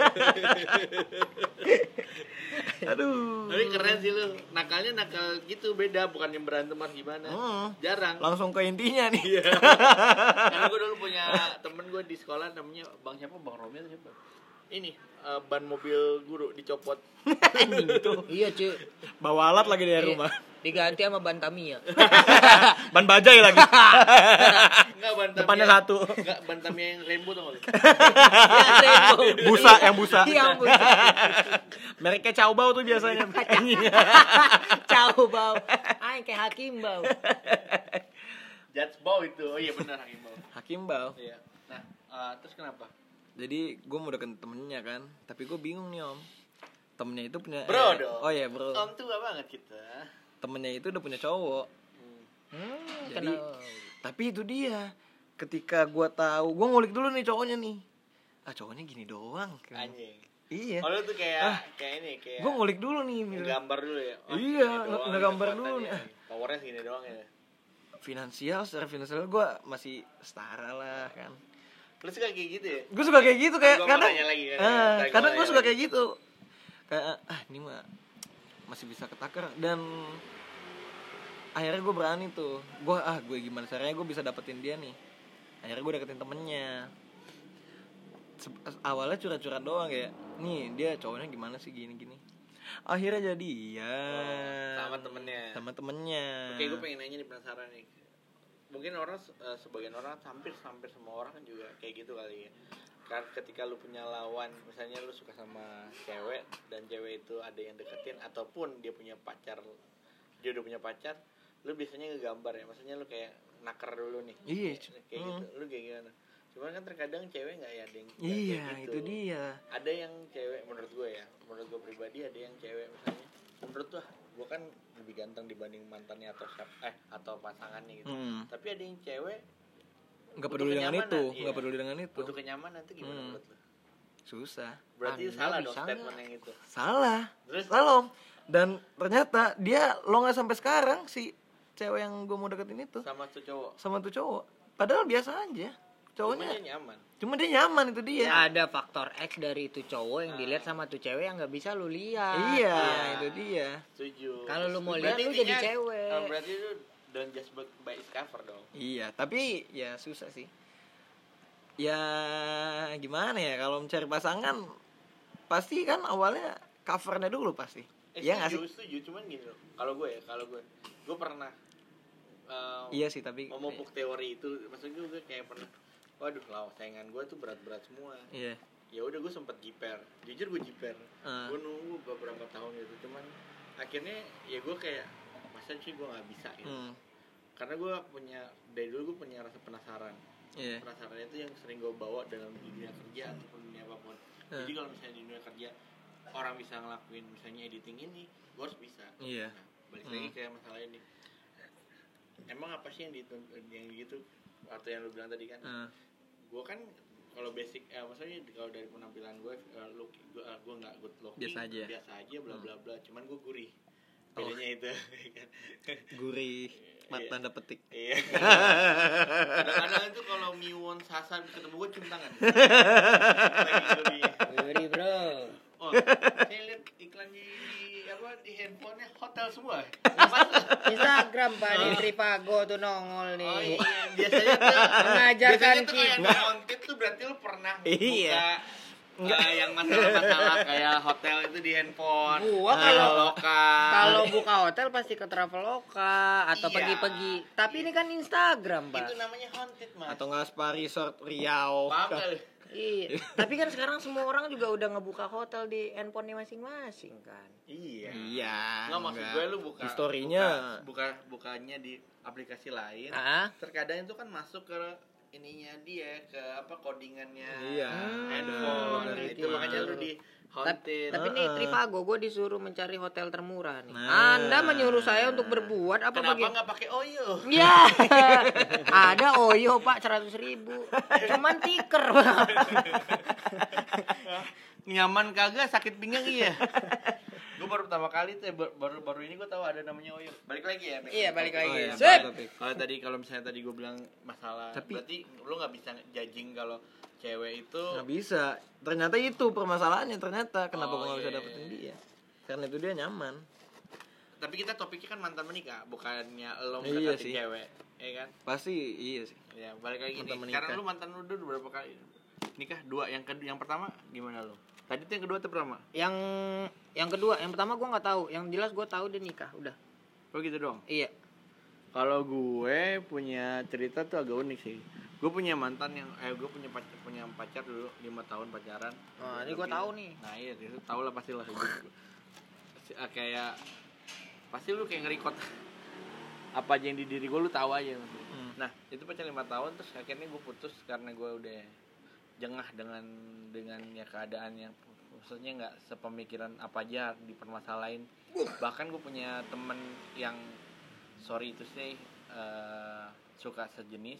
Aduh. Tapi keren sih lu. Nakalnya nakal gitu, beda, bukan yang berantem atau gimana. Jarang. Langsung ke intinya nih. Karena gue dulu punya temen gue di sekolah namanya Bang siapa? Bang Romi atau siapa? Ini ban mobil guru dicopot. Anjing itu. Iya, cuy. Bawa alat lagi dari rumah. Diganti sama ban Tamiya. Ban bajai lagi. Enggak, ban Tamiya. Depannya satu. Enggak, ban Tamiya yang Lembo tau gak? Busa, yang busa. Yang busa. Mereknya Caubau tuh biasanya. Caubau. Kayak Hakim Bau. Judge Bau itu. Oh iya benar, Hakim Bau. Hakim Bau. Iya. Nah, terus kenapa? Jadi gue mau deket temennya kan, tapi gue bingung nih Om. Temennya itu punya bro dong. Oh iya bro. Om tua banget kita. Temennya itu udah punya cowok. Jadi tapi itu dia. Ketika gue tahu, gue ngulik dulu nih cowoknya nih. Cowoknya gini doang. Anjing. Iya. Oh lu tuh kayak ini kayak. Gue ngulik dulu nih. Gambar dulu ya. Iya, ngegambar dulu nih. Powernya segini doang ya. Secara finansial gue masih setara lah kan. Lu suka kayak gitu ya? Gue suka kayak gitu kayak kadang gue suka kayak gitu. Kayak ini mah masih bisa ketakar, dan akhirnya gue berani tuh. Gue gimana caranya gue bisa dapetin dia nih. Akhirnya gue deketin temennya. Awalnya curhat-curhat doang kayak, nih dia cowoknya gimana sih gini-gini. Akhirnya jadi sama temennya. Sama temennya. Oke, gue pengen nanya nih, penasaran nih. mungkin orang sebagian orang hampir semua orang kan juga kayak gitu kali ya. Karena ketika lu punya lawan, misalnya lu suka sama cewek dan cewek itu ada yang deketin ataupun dia udah punya pacar, lu biasanya ngegambar ya, maksudnya lu kayak naker dulu nih. Iya. Kayak gitu. Lu kayak gimana? Cuman kan terkadang cewek nggak ya ada yang Iya, kayak gitu. itu dia. Ada yang cewek menurut gue pribadi ada yang cewek misalnya menurut gue kan lebih ganteng dibanding mantannya atau pasangannya gitu. Tapi ada yang cewek Nggak butuh peduli dengan kenyamanan, itu, iya. nggak peduli dengan itu. Butuh kenyamanan itu gimana menurut lu? Susah. Berarti Anda salah dong bisa statement nggak? yang itu. Salah. Terus? Salah Om. Dan ternyata dia lo nggak sampai sekarang si cewek yang gue mau deketin itu Sama tuh cowok. Padahal biasa aja. Cuma Cowoknya dia nyaman. cuma dia nyaman itu dia. Ada faktor X dari itu cowok yang dilihat sama tuh cewek yang nggak bisa lu lihat. Iya, Iya. itu dia. Setuju. Kalau lu mau Berarti lihat, lu jadi intinya, cewek. Berarti lu don't just by its cover dong. Iya, tapi ya susah sih. Ya gimana ya kalau mencari pasangan pasti kan awalnya covernya dulu pasti. Iya nggak sih? Setuju, cuman gini loh. Kalau gue pernah Iya sih, tapi memupuk teori itu, maksudnya gue kayak pernah, waduh lah saingan gue tuh berat-berat semua. iya. Ya udah gue sempet jiper, jujur gue jiper. Gue nunggu beberapa tahun gitu, cuman akhirnya ya gue kayak masa sih gue nggak bisa gitu. Karena gue dari dulu gue punya rasa penasaran. Iya. Penasaran itu yang sering gue bawa dalam dunia kerja ataupun dunia apapun. Jadi kalau misalnya di dunia kerja orang bisa ngelakuin misalnya editing ini, gue harus bisa. Iya. Nah, balik lagi kayak masalah ini. Emang apa sih yang gitu atau yang lu bilang tadi kan? Gue kan kalau basic, maksudnya kalau dari penampilan gue nggak good looking, biasa aja, bla bla bla. Cuman gue gurih. Bedanya itu. Gurih. Tanda petik. Iya. Kadang-kadang itu kalau Miwon Sasan ketemu gue cium tangan. Lagi gurih. Gurih bro. Oh, saya lihat iklannya di handphonenya hotel semua. Instagram Pak di Trivago tuh nongol nih. Oh iya, biasanya tuh Mengajarkan tuh kayak kita. konten tuh berarti lu pernah Iya. buka yang masalah-masalah kayak hotel itu di handphone. Gua kalau lokal. buka hotel pasti ke Traveloka atau Iya. pergi-pergi. Tapi ini kan Instagram, Pak. Itu namanya haunted, Mas. Atau nggak Spa Resort Riau. Paham gak? Iya. Tapi kan sekarang semua orang juga udah ngebuka hotel di handphonenya masing-masing kan. Iya. Iya. Nggak, maksud gue lu buka historinya. bukannya di aplikasi lain. Terkadang itu kan masuk ke ininya dia, ke codingannya. Iya. Handphone Bener, itu makanya lu di haunted. Tapi nih Trivago gue disuruh mencari hotel termurah nih. Nah. Anda menyuruh saya untuk berbuat apa Kenapa bagi? nggak pakai Oyo? Ya, ada Oyo Pak 100.000, cuman tiker Pak. Nyaman kagak, sakit pinggang iya. Gue baru pertama kali tuh baru ini gue tahu ada namanya Oyo. Balik lagi ya. Iya balik lagi. Oh, iya. Sip. Kalau misalnya tadi gue bilang masalah, berarti lu nggak bisa judging kalau cewek itu Nggak bisa. Ternyata itu permasalahannya ternyata kenapa Oh, gue nggak bisa iya. dapetin dia. Karena itu dia nyaman. Tapi kita topiknya kan mantan menikah, bukannya lo Iya mendekati sih. cewek, ya kan? Pasti iya sih. Ya balik lagi Mantan nih. menikah. Sekarang lu mantan lu udah berapa kali nikah? 2. Yang pertama gimana lu? Tadi tuh yang kedua tuh pertama. Yang kedua, yang pertama gue nggak tahu. Yang jelas gue tahu dia nikah, udah. Oh gitu doang. Iya. Kalau gue punya cerita tuh agak unik sih. Gue punya mantan yang gue punya pacar dulu 5 tahun pacaran. Nah, ini gue tahu nih. Nah, iya itu tahu lah pasti lah. Kayak pasti lu kayak nge-record apa aja yang di diri gue lu tahu aja. Nah, itu pacar 5 tahun terus akhirnya gue putus karena gue udah jengah dengan ya keadaan yang maksudnya nggak sepemikiran apa aja dipermasalahin. Bahkan gue punya temen yang sorry itu sih suka sejenis,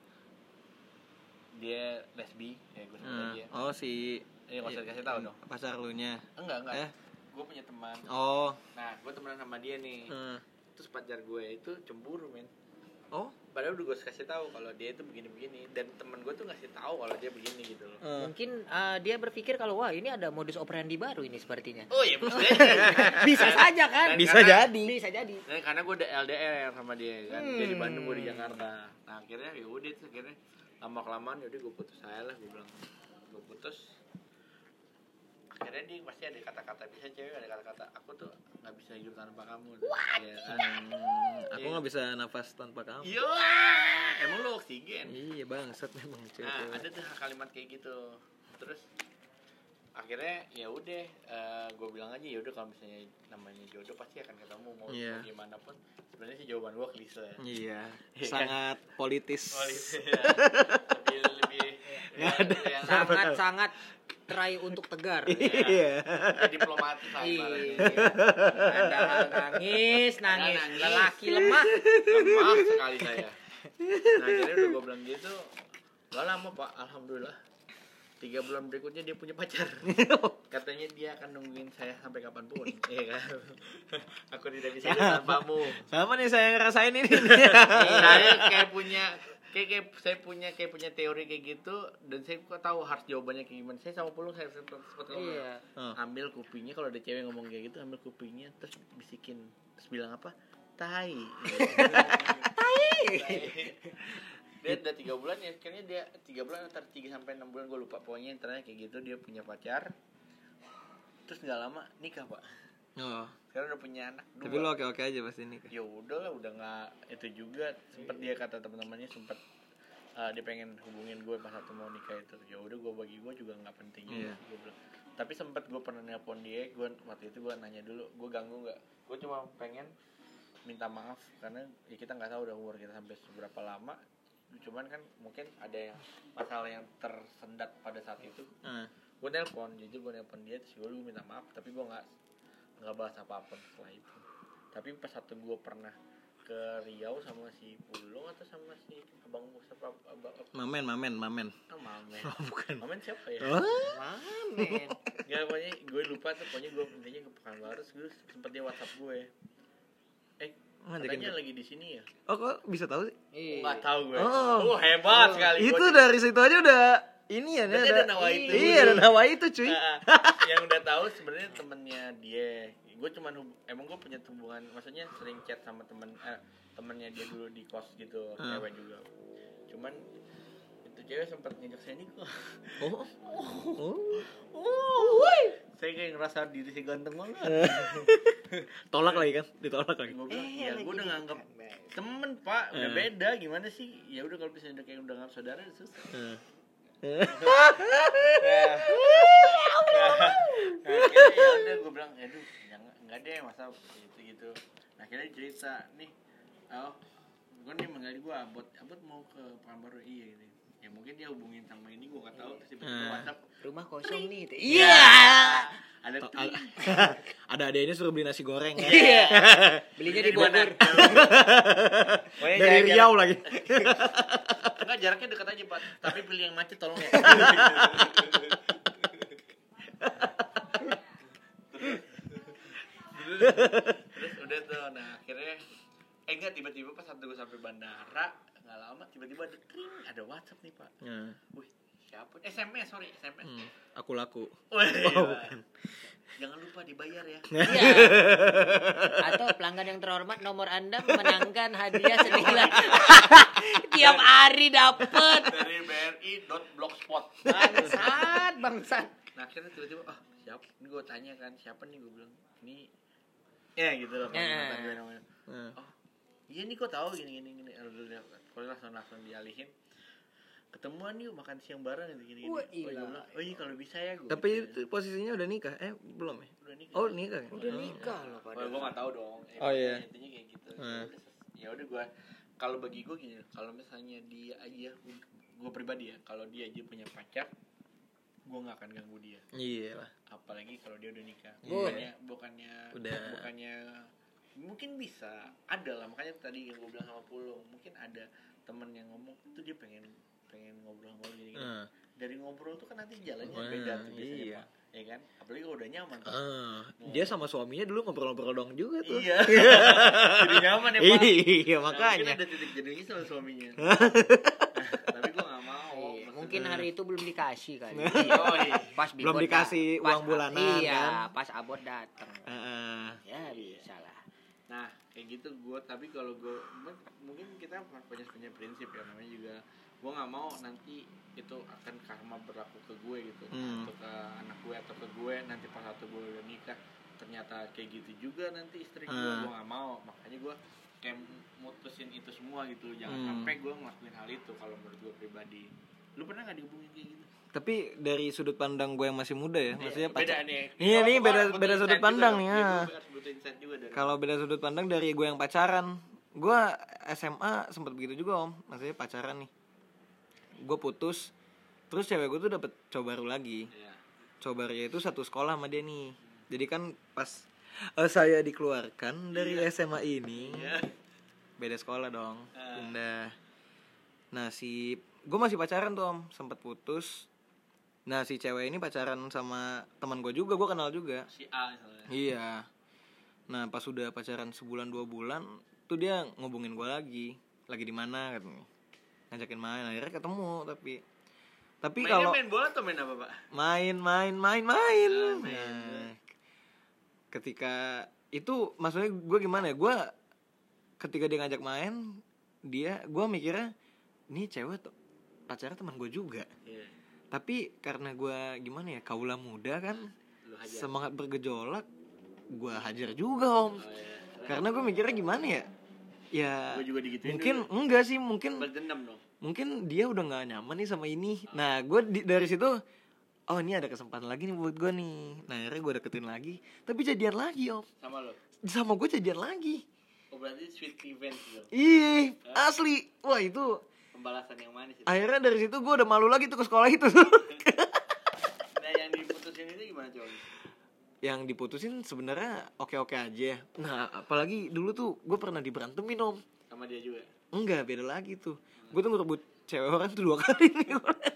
dia lesbi ya gue sebut aja. Oh si Ya nggak usah dikasih tahu dong. pacar lu nya. Enggak gue punya teman. Oh. Nah gue temenan sama dia nih. Terus pacar gue itu cemburu men. Oh. Padahal udah gue kasih tahu kalau dia itu begini-begini dan temen gue tuh ngasih tahu kalau dia begini gitu loh. Mungkin dia berpikir kalau wah ini ada modus operandi baru ini sepertinya. Oh iya maksudnya. Bisa saja kan? Dan Bisa jadi. Bisa jadi. Nah, karena gue udah LDR sama dia kan. Dia di Bandung, gue di Jakarta. Nah akhirnya ya udah tuh akhirnya lama kelamaan yaudah gue putus aja lah, gue bilang gue putus. Akhirnya dia pasti ada kata-kata, bisa cewek ada kata-kata aku tuh nggak bisa hidup tanpa kamu. Ya, Aku nggak bisa nafas tanpa kamu. Iya, emang lu oksigen. Iya bangsat memang cewek. Nah, ada tuh kalimat kayak gitu. Terus akhirnya ya udah, gue bilang aja ya udah kalau misalnya namanya jodoh pasti akan ketemu mau gimana pun. Sebenarnya sih jawaban gue klise. Iya. Sangat politis. Ya. lebih Nggak ada. Sangat try untuk tegar. Iya. Diplomatis lah ibaratnya. Ada nangis. Lelaki lemah sekali saya. Nah akhirnya udah gue bilang gitu, gak lama pak, alhamdulillah 3 bulan berikutnya dia punya pacar. Katanya dia akan nungguin saya sampai kapanpun. Iya kan? Aku tidak bisa hidup tanpamu. Sama nih saya ngerasain ini. Saya kayak punya teori kayak gitu, dan saya kok tahu harus jawabannya kayak gimana. Saya sama Pulung saya sempat Iya. ambil kupingnya, kalau ada cewek ngomong kayak gitu ambil kupingnya terus bisikin, terus bilang apa? Tai. Dia udah 3 bulan ya, kayaknya dia 3 bulan antara 3 sampai 6 bulan gue lupa, pokoknya intinya kayak gitu. Dia punya pacar, terus nggak lama nikah pak. Oh. Sekarang udah punya anak 2. Tapi lo oke aja pasti nikah. Ya udah lah, udah nggak itu juga. Sempet dia kata teman-temannya sempet dia pengen hubungin gue pas satu mau nikah itu. Ya udah, gue bagi gue juga nggak penting juga. Gue bilang. Tapi sempet gue pernah nelpon dia, gue waktu itu gue nanya dulu, gue ganggu nggak? Gue cuma pengen minta maaf karena ya kita nggak tahu udah umur kita sampai seberapa lama. Cuman kan mungkin ada yang masalah yang tersendat pada saat itu. Gue nelpon, jujur gue nelpon dia, terus gue minta maaf, tapi gue nggak bahas apa-apa setelah itu. Tapi pas satu gue pernah ke Riau sama si Pulung atau sama si abang siapa? Mamen. Mamen. Oh, bukan. Mamen siapa ya? Mamen. Gak, pokoknya gue lupa tuh. Pokoknya gue intinya ke Pekanbaru, gue sempet dia WhatsApp gue. Katanya lagi di sini ya. Oh, kok bisa tahu sih? Nggak tahu gue. Oh. Hebat sekali. Itu dari situ aja udah ini ya, ada nawa itu. Iya, ada nawa itu, cuy. Yang udah tahu sebenarnya temennya dia. Gue cuman emang gue punya hubungan, maksudnya sering chat sama temennya dia dulu di kos gitu, cewek juga. Cuman itu cewek sempat ngajak saya nikah. Saya kayak ngerasa diri saya ganteng banget. Tolak lagi kan? Ditolak lagi. Gue bilang, ya gue udah nganggap temen pak, udah beda gimana sih? Ya udah kalau misalnya udah kayak udah nganggap saudara susah. Akhirnya ya udah gue bilang, aduh jangan, nggak deh masa gitu. Nah akhirnya cerita nih, gue nih menggali gue abot mau ke Pekanbaru, iya gitu. Ya mungkin dia hubungin sama ini, gue nggak tahu, terus tiba-tiba WhatsApp, Rumah kosong nih. Iya. Ada adanya suruh beli nasi goreng. Iya. Belinya di Bogor. Dari Riau lagi. Enggak, jaraknya dekat aja pak, tapi pilih yang macet tolong ya. Terus udah tuh, nah akhirnya enggak, tiba-tiba pas gue sampai bandara nggak lama tiba-tiba ada kring, ada WhatsApp nih pak. Wih siapa? SMS. Aku laku. Bukan. Jangan lupa dibayar ya. Iya. Atau pelanggan yang terhormat, nomor Anda memenangkan hadiah senilai tiap hari dapat dari BRI.blogspot. Bangsat. Nah akhirnya tiba-tiba siapa? Ini gue tanya kan siapa nih, gue bilang ini ya gitu loh. Gue namanya. Iya nih kok tahu gini. Kalau langsung dialihin. Ketemuan yuk makan siang bareng gini. Wah, iya. Oh iya kalau bisa ya gue. Tapi itu posisinya udah nikah? Belum ya? Udah nikah. Oh nikah. Udah nikah loh padahal. Gue nggak tahu dong. Oh iya. Intinya kayak gitu. Ya udah gue, kalau bagi gue gini, kalau misalnya dia aja, gue pribadi ya, kalau dia aja punya pacar, gue nggak akan ganggu dia. Iya lah. Apalagi kalau dia udah nikah. Bukannya mungkin bisa ada lah, makanya tadi yang gue bilang sama Pulung, mungkin ada temen yang ngomong itu dia pengen ngobrol gini. Dari ngobrol tuh kan nanti jalannya beda tuh biasanya pak, ya kan? Apalagi kalau udah nyaman tuh. Dia sama suaminya dulu ngobrol-ngobrol dong juga tuh. Iya. Jadi nyaman ya pak. Iya makanya. Mungkin ada titik jenuhnya sama suaminya. Tapi gue nggak mau. Mungkin hari itu belum dikasih kali. Pas belum dikasih uang bulanan. Iya, pas abot datang. Ya bisa lah. Nah kayak gitu gue, tapi kalau gue mungkin kita punya prinsip ya, namanya juga gue nggak mau nanti itu akan karma berlaku ke gue gitu, atau ke anak gue atau ke gue nanti pas satu gue udah nikah ternyata kayak gitu juga nanti istri gue nggak mau, makanya gue kayak mutusin itu semua gitu, jangan sampai gue ngelakuin hal itu kalau menurut gue pribadi. Lu pernah nggak dihubungin kayak gitu? Tapi dari sudut pandang gue yang masih muda ya, maksudnya beda nih. Iya nih beda sudut pandang nih ya. Kalau beda sudut pandang dari gue yang pacaran, gue SMA sempat begitu juga om, maksudnya pacaran nih, gue putus, terus cewek gue tuh dapet cowok baru lagi, cowok barunya itu satu sekolah sama dia nih, jadi kan pas saya dikeluarkan dari SMA ini, beda sekolah dong, pindah. Nah gue masih pacaran tuh om, sempat putus. Nah si cewek ini pacaran sama teman gue juga, gue kenal juga. Si A misalnya. Iya. Nah pas udah pacaran sebulan 2 bulan, tuh dia ngubungin gue lagi di mana katanya, ngajakin main, akhirnya ketemu. Tapi kalau main bola atau main apa pak? Main. Nah, ketika itu maksudnya gue gimana ya? Gue ketika dia ngajak main, gue mikirnya nih cewek tuh pacarnya teman gue juga. Yeah. Tapi karena gue gimana ya, kaula muda kan, semangat bergejolak, gue hajar juga om. Karena gue mikirnya gimana ya, gue juga digituin mungkin dulu. Enggak sih, mungkin berdendam dong. Mungkin dia udah nggak nyaman nih sama ini. Nah gue dari situ, oh ini ada kesempatan lagi nih buat gue nih. Nah akhirnya gue deketin lagi, tapi jadian lagi om. Sama lo? Sama gue jadian lagi. Oh berarti sweet revenge dong. Iya asli, wah itu pembalasan yang manis itu. Akhirnya dari situ gue udah malu lagi tuh ke sekolah itu. Nah yang diputusin itu gimana cowok? Yang diputusin sebenarnya oke-oke aja. Nah apalagi dulu tuh gue pernah diberantemin om. Sama dia juga? Enggak, beda lagi tuh. Gue tuh ngerebut cewek orang tuh 2 kali nih.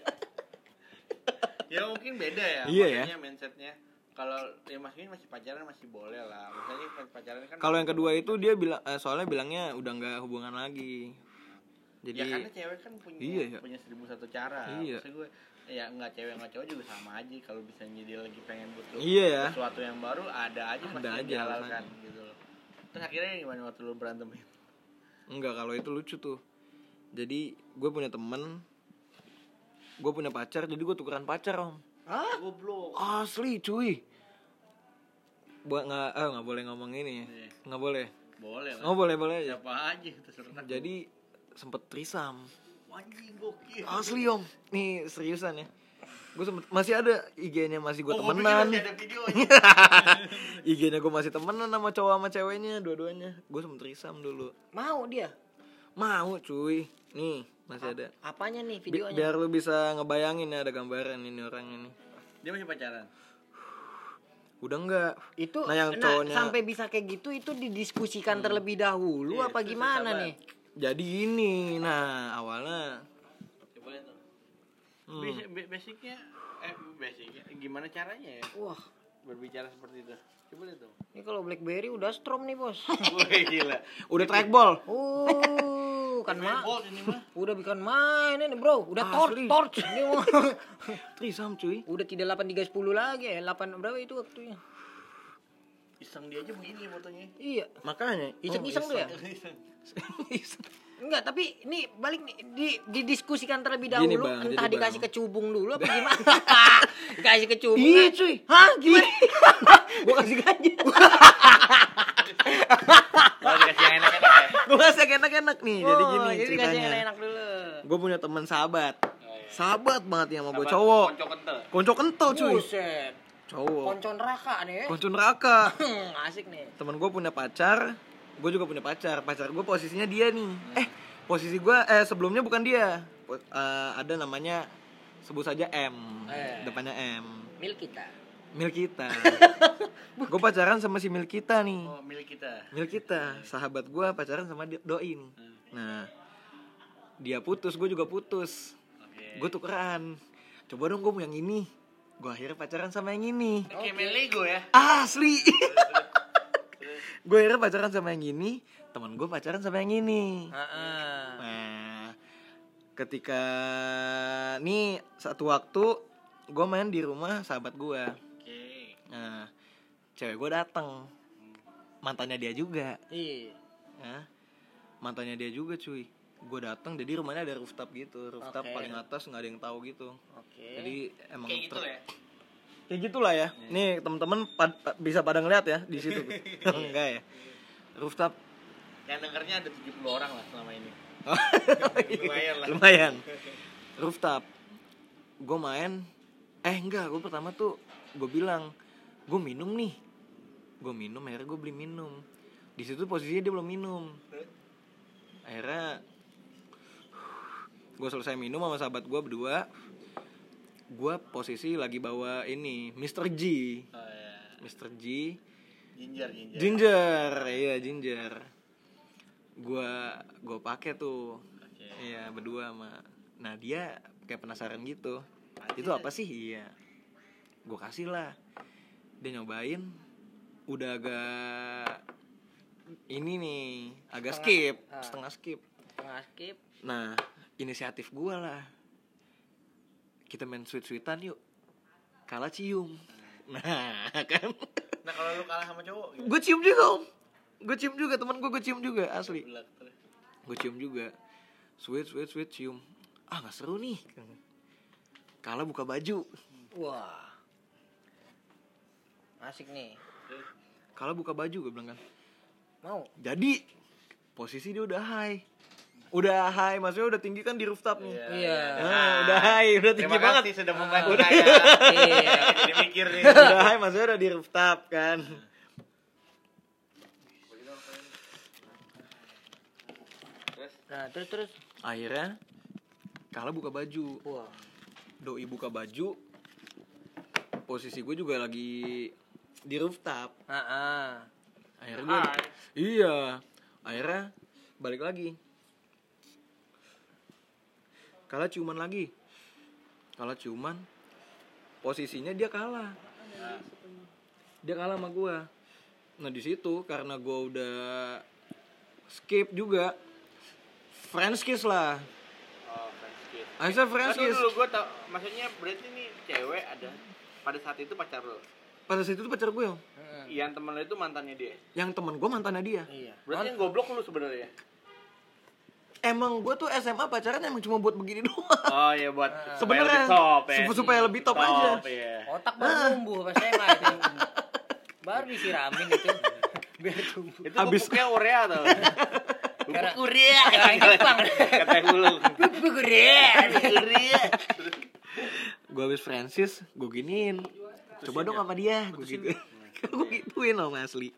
Ya mungkin beda ya. Iya makanya mindsetnya. Kalau ya masih pacaran masih boleh lah. Maksudnya pacaran kan. Kalau yang kedua itu dia bilang, soalnya bilangnya udah nggak hubungan lagi. Jadi ya karena cewek kan punya 1001 cara. Iya. Maksud gue ya nggak cewek nggak cowok juga sama aja. Kalau misalnya dia lagi pengen butuh sesuatu yang baru, ada aja pasti yang dihalalkan gitu loh. Terus akhirnya gimana waktu lu berantemin? Enggak, kalau itu lucu tuh. Jadi gue punya temen, gue punya pacar, jadi gue tukeran pacar om. Hah? Goblok. Asli cuy. Buat nggak boleh ngomong ini ya. Nggak boleh. Boleh lah. Oh boleh aja. Siapa aja terserah. Jadi sempet trisam. Anjing gokil. Asli om, nih seriusan ya. Gue masih ada IG-nya, masih gue temenan. Masih ada videonya. IG-nya gue masih temenan sama cowok sama ceweknya, dua-duanya. Gue sempet trisam dulu. Mau dia? Mau cuy. Nih masih ada. Apanya nih videonya? Biar lu bisa ngebayangin ya, ada gambaran ini orang ini. Dia masih pacaran? Udah enggak. Itu yang cowoknya sampai bisa kayak gitu itu didiskusikan terlebih dahulu apa gimana nih? Jadi ini, nah awalnya coba itu. Basicnya gimana caranya ya? Wah, berbicara seperti itu. Coba lihat dong. Ini kalau BlackBerry udah strom nih, Bos. Wih, gila. Udah trackball. Kan udah bukan main ini, Bro. Udah torch ini mah. Trisam cuy. Udah tidak 8 3 10 lagi ya. 8 berapa itu waktunya? Iseng dia aja begini fotonya. Iya. Makanya iseng tuh ya. Enggak, tapi ini balik nih didiskusikan terlebih dahulu. Gini, Bang, entah jadi, dikasih Bang, kecubung dulu apa gimana. Dikasih kecubung. Iya cuy. Hah, gimana? Gua kasih ganja. Oh, dikasih yang enak-enak ya. Gue kasih yang enak-enak nih. Jadi gini Jadi ceritanya. kasih yang enak dulu. Gue punya teman sahabat. Sahabat banget ya sama gue Sahabat, cowok. konco kental. Konco kental cuy. Buset. Cowok. Konco neraka nih ya. Konco neraka. Asik nih. Temen gue punya pacar, gue juga punya pacar. Pacar gue posisinya dia nih. Posisi gue sebelumnya bukan dia. Ada namanya, sebut saja M. Depannya M. Mil kita. Gue pacaran sama si Mil kita nih. Oh, milik kita. Sahabat gue pacaran sama Doi nih. Nah, dia putus, gue juga putus. Gue tukeran. Coba dong gue mau yang ini. Gue akhirnya pacaran sama yang ini. Kayak main Lego ya. Asli. Gue akhirnya pacaran sama yang ini. Temen gue pacaran sama yang ini. Nah, ketika nih satu waktu gue main di rumah sahabat gue. Nah, cewek gue datang. Mantannya dia juga. Iya. Nah, mantannya dia juga cuy. Gue datang, jadi rumahnya ada rooftop gitu. Rooftop paling atas, nggak ada yang tahu gitu. Jadi emang kayak gitu ya. kayak gitulah ya. Nih teman-teman bisa pada ngeliat ya di situ. Enggak ya. Rooftop Yang dengernya ada 70 orang lah selama ini. lumayan lah. Lumayan. Rooftop. Gue main. Enggak. Gue pertama tuh gue bilang gue minum nih. Gue minum. Akhirnya gue beli minum. Di situ posisinya dia belum minum. Akhirnya gue selesai minum sama sahabat gue berdua. Gue posisi lagi bawa ini Mr. G. Oh ya. Mr. G. Ginger. Iya ginger. Gue pakai tuh. Okay. Iya berdua sama. Nah dia kayak penasaran gitu. Pasti Itu apa sih? Iya. Gue kasih lah. Dia nyobain. Udah agak ini nih, agak setengah skip. Nah inisiatif gue lah. Kita main sweet-sweetan yuk. Kalah cium. Nah kan. Nah kalau lu kalah sama cowok gitu. Gue cium juga om. Gue cium juga, teman gue cium juga asli. Gue cium juga. Sweet cium. Ah nggak seru nih. Kalah buka baju. Wah. Asik nih. Kalah buka baju gue bilang kan. Mau. Jadi posisi dia udah high. Udah high, maksudnya udah tinggi kan di rooftop nih. Iya. Nah, udah high, udah tinggi Terima banget. kasih sudah membantu Udah. saya. Iya. Jadi mikir nih. Udah high, maksudnya udah di rooftop kan. Nah, terus. Akhirnya Kalah buka baju. Wah. Doi buka baju. Posisi gue juga lagi di rooftop. Akhirnya gue iya. Akhirnya balik lagi. Kalah ciuman lagi. Posisinya dia kalah. Dia kalah sama gue. Nah di situ karena gue udah skip juga. Friends kiss lah. Oh, friends kiss. Aisyah friends kiss. Dulu gue tau, maksudnya berarti nih cewek ada pada saat itu pacar lo. Pada saat itu pacar gue om. Yang temen lo itu mantannya dia. Yang temen gue mantannya dia. Iya. Berarti yang goblok lu sebenarnya. Emang gue tuh SMA pacaran emang cuma buat begini doang. Oh iya buat Sebenarnya supaya lebih top aja. Iya. Otak baru tumbuh pas SMA itu. Baru disiramin itu. Biar tumbuh. Itu Habis- pupuknya urea tau. Karena- Pupuk urea. Kayak Jepang. Kata hulu. Pupuk urea. Gue habis Francis, gue giniin. Coba dong sama dia, gue gitu. Gue gituin loh asli.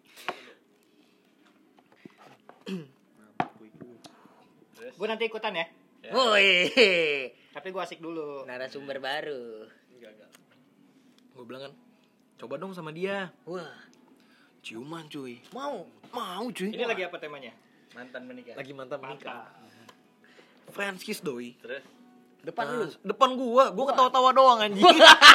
Gue nanti ikutan ya. Woi. Tapi gue asik dulu. Narasumber baru. Gue bilang kan, coba dong sama dia. Wah. Ciuman cuy. Mau. Mau cuy. Ini lagi apa temanya? Mantan menikah. Lagi mantan menikah. Francis doi. Terus Depan lu. Depan gua ketawa-tawa doang anjing.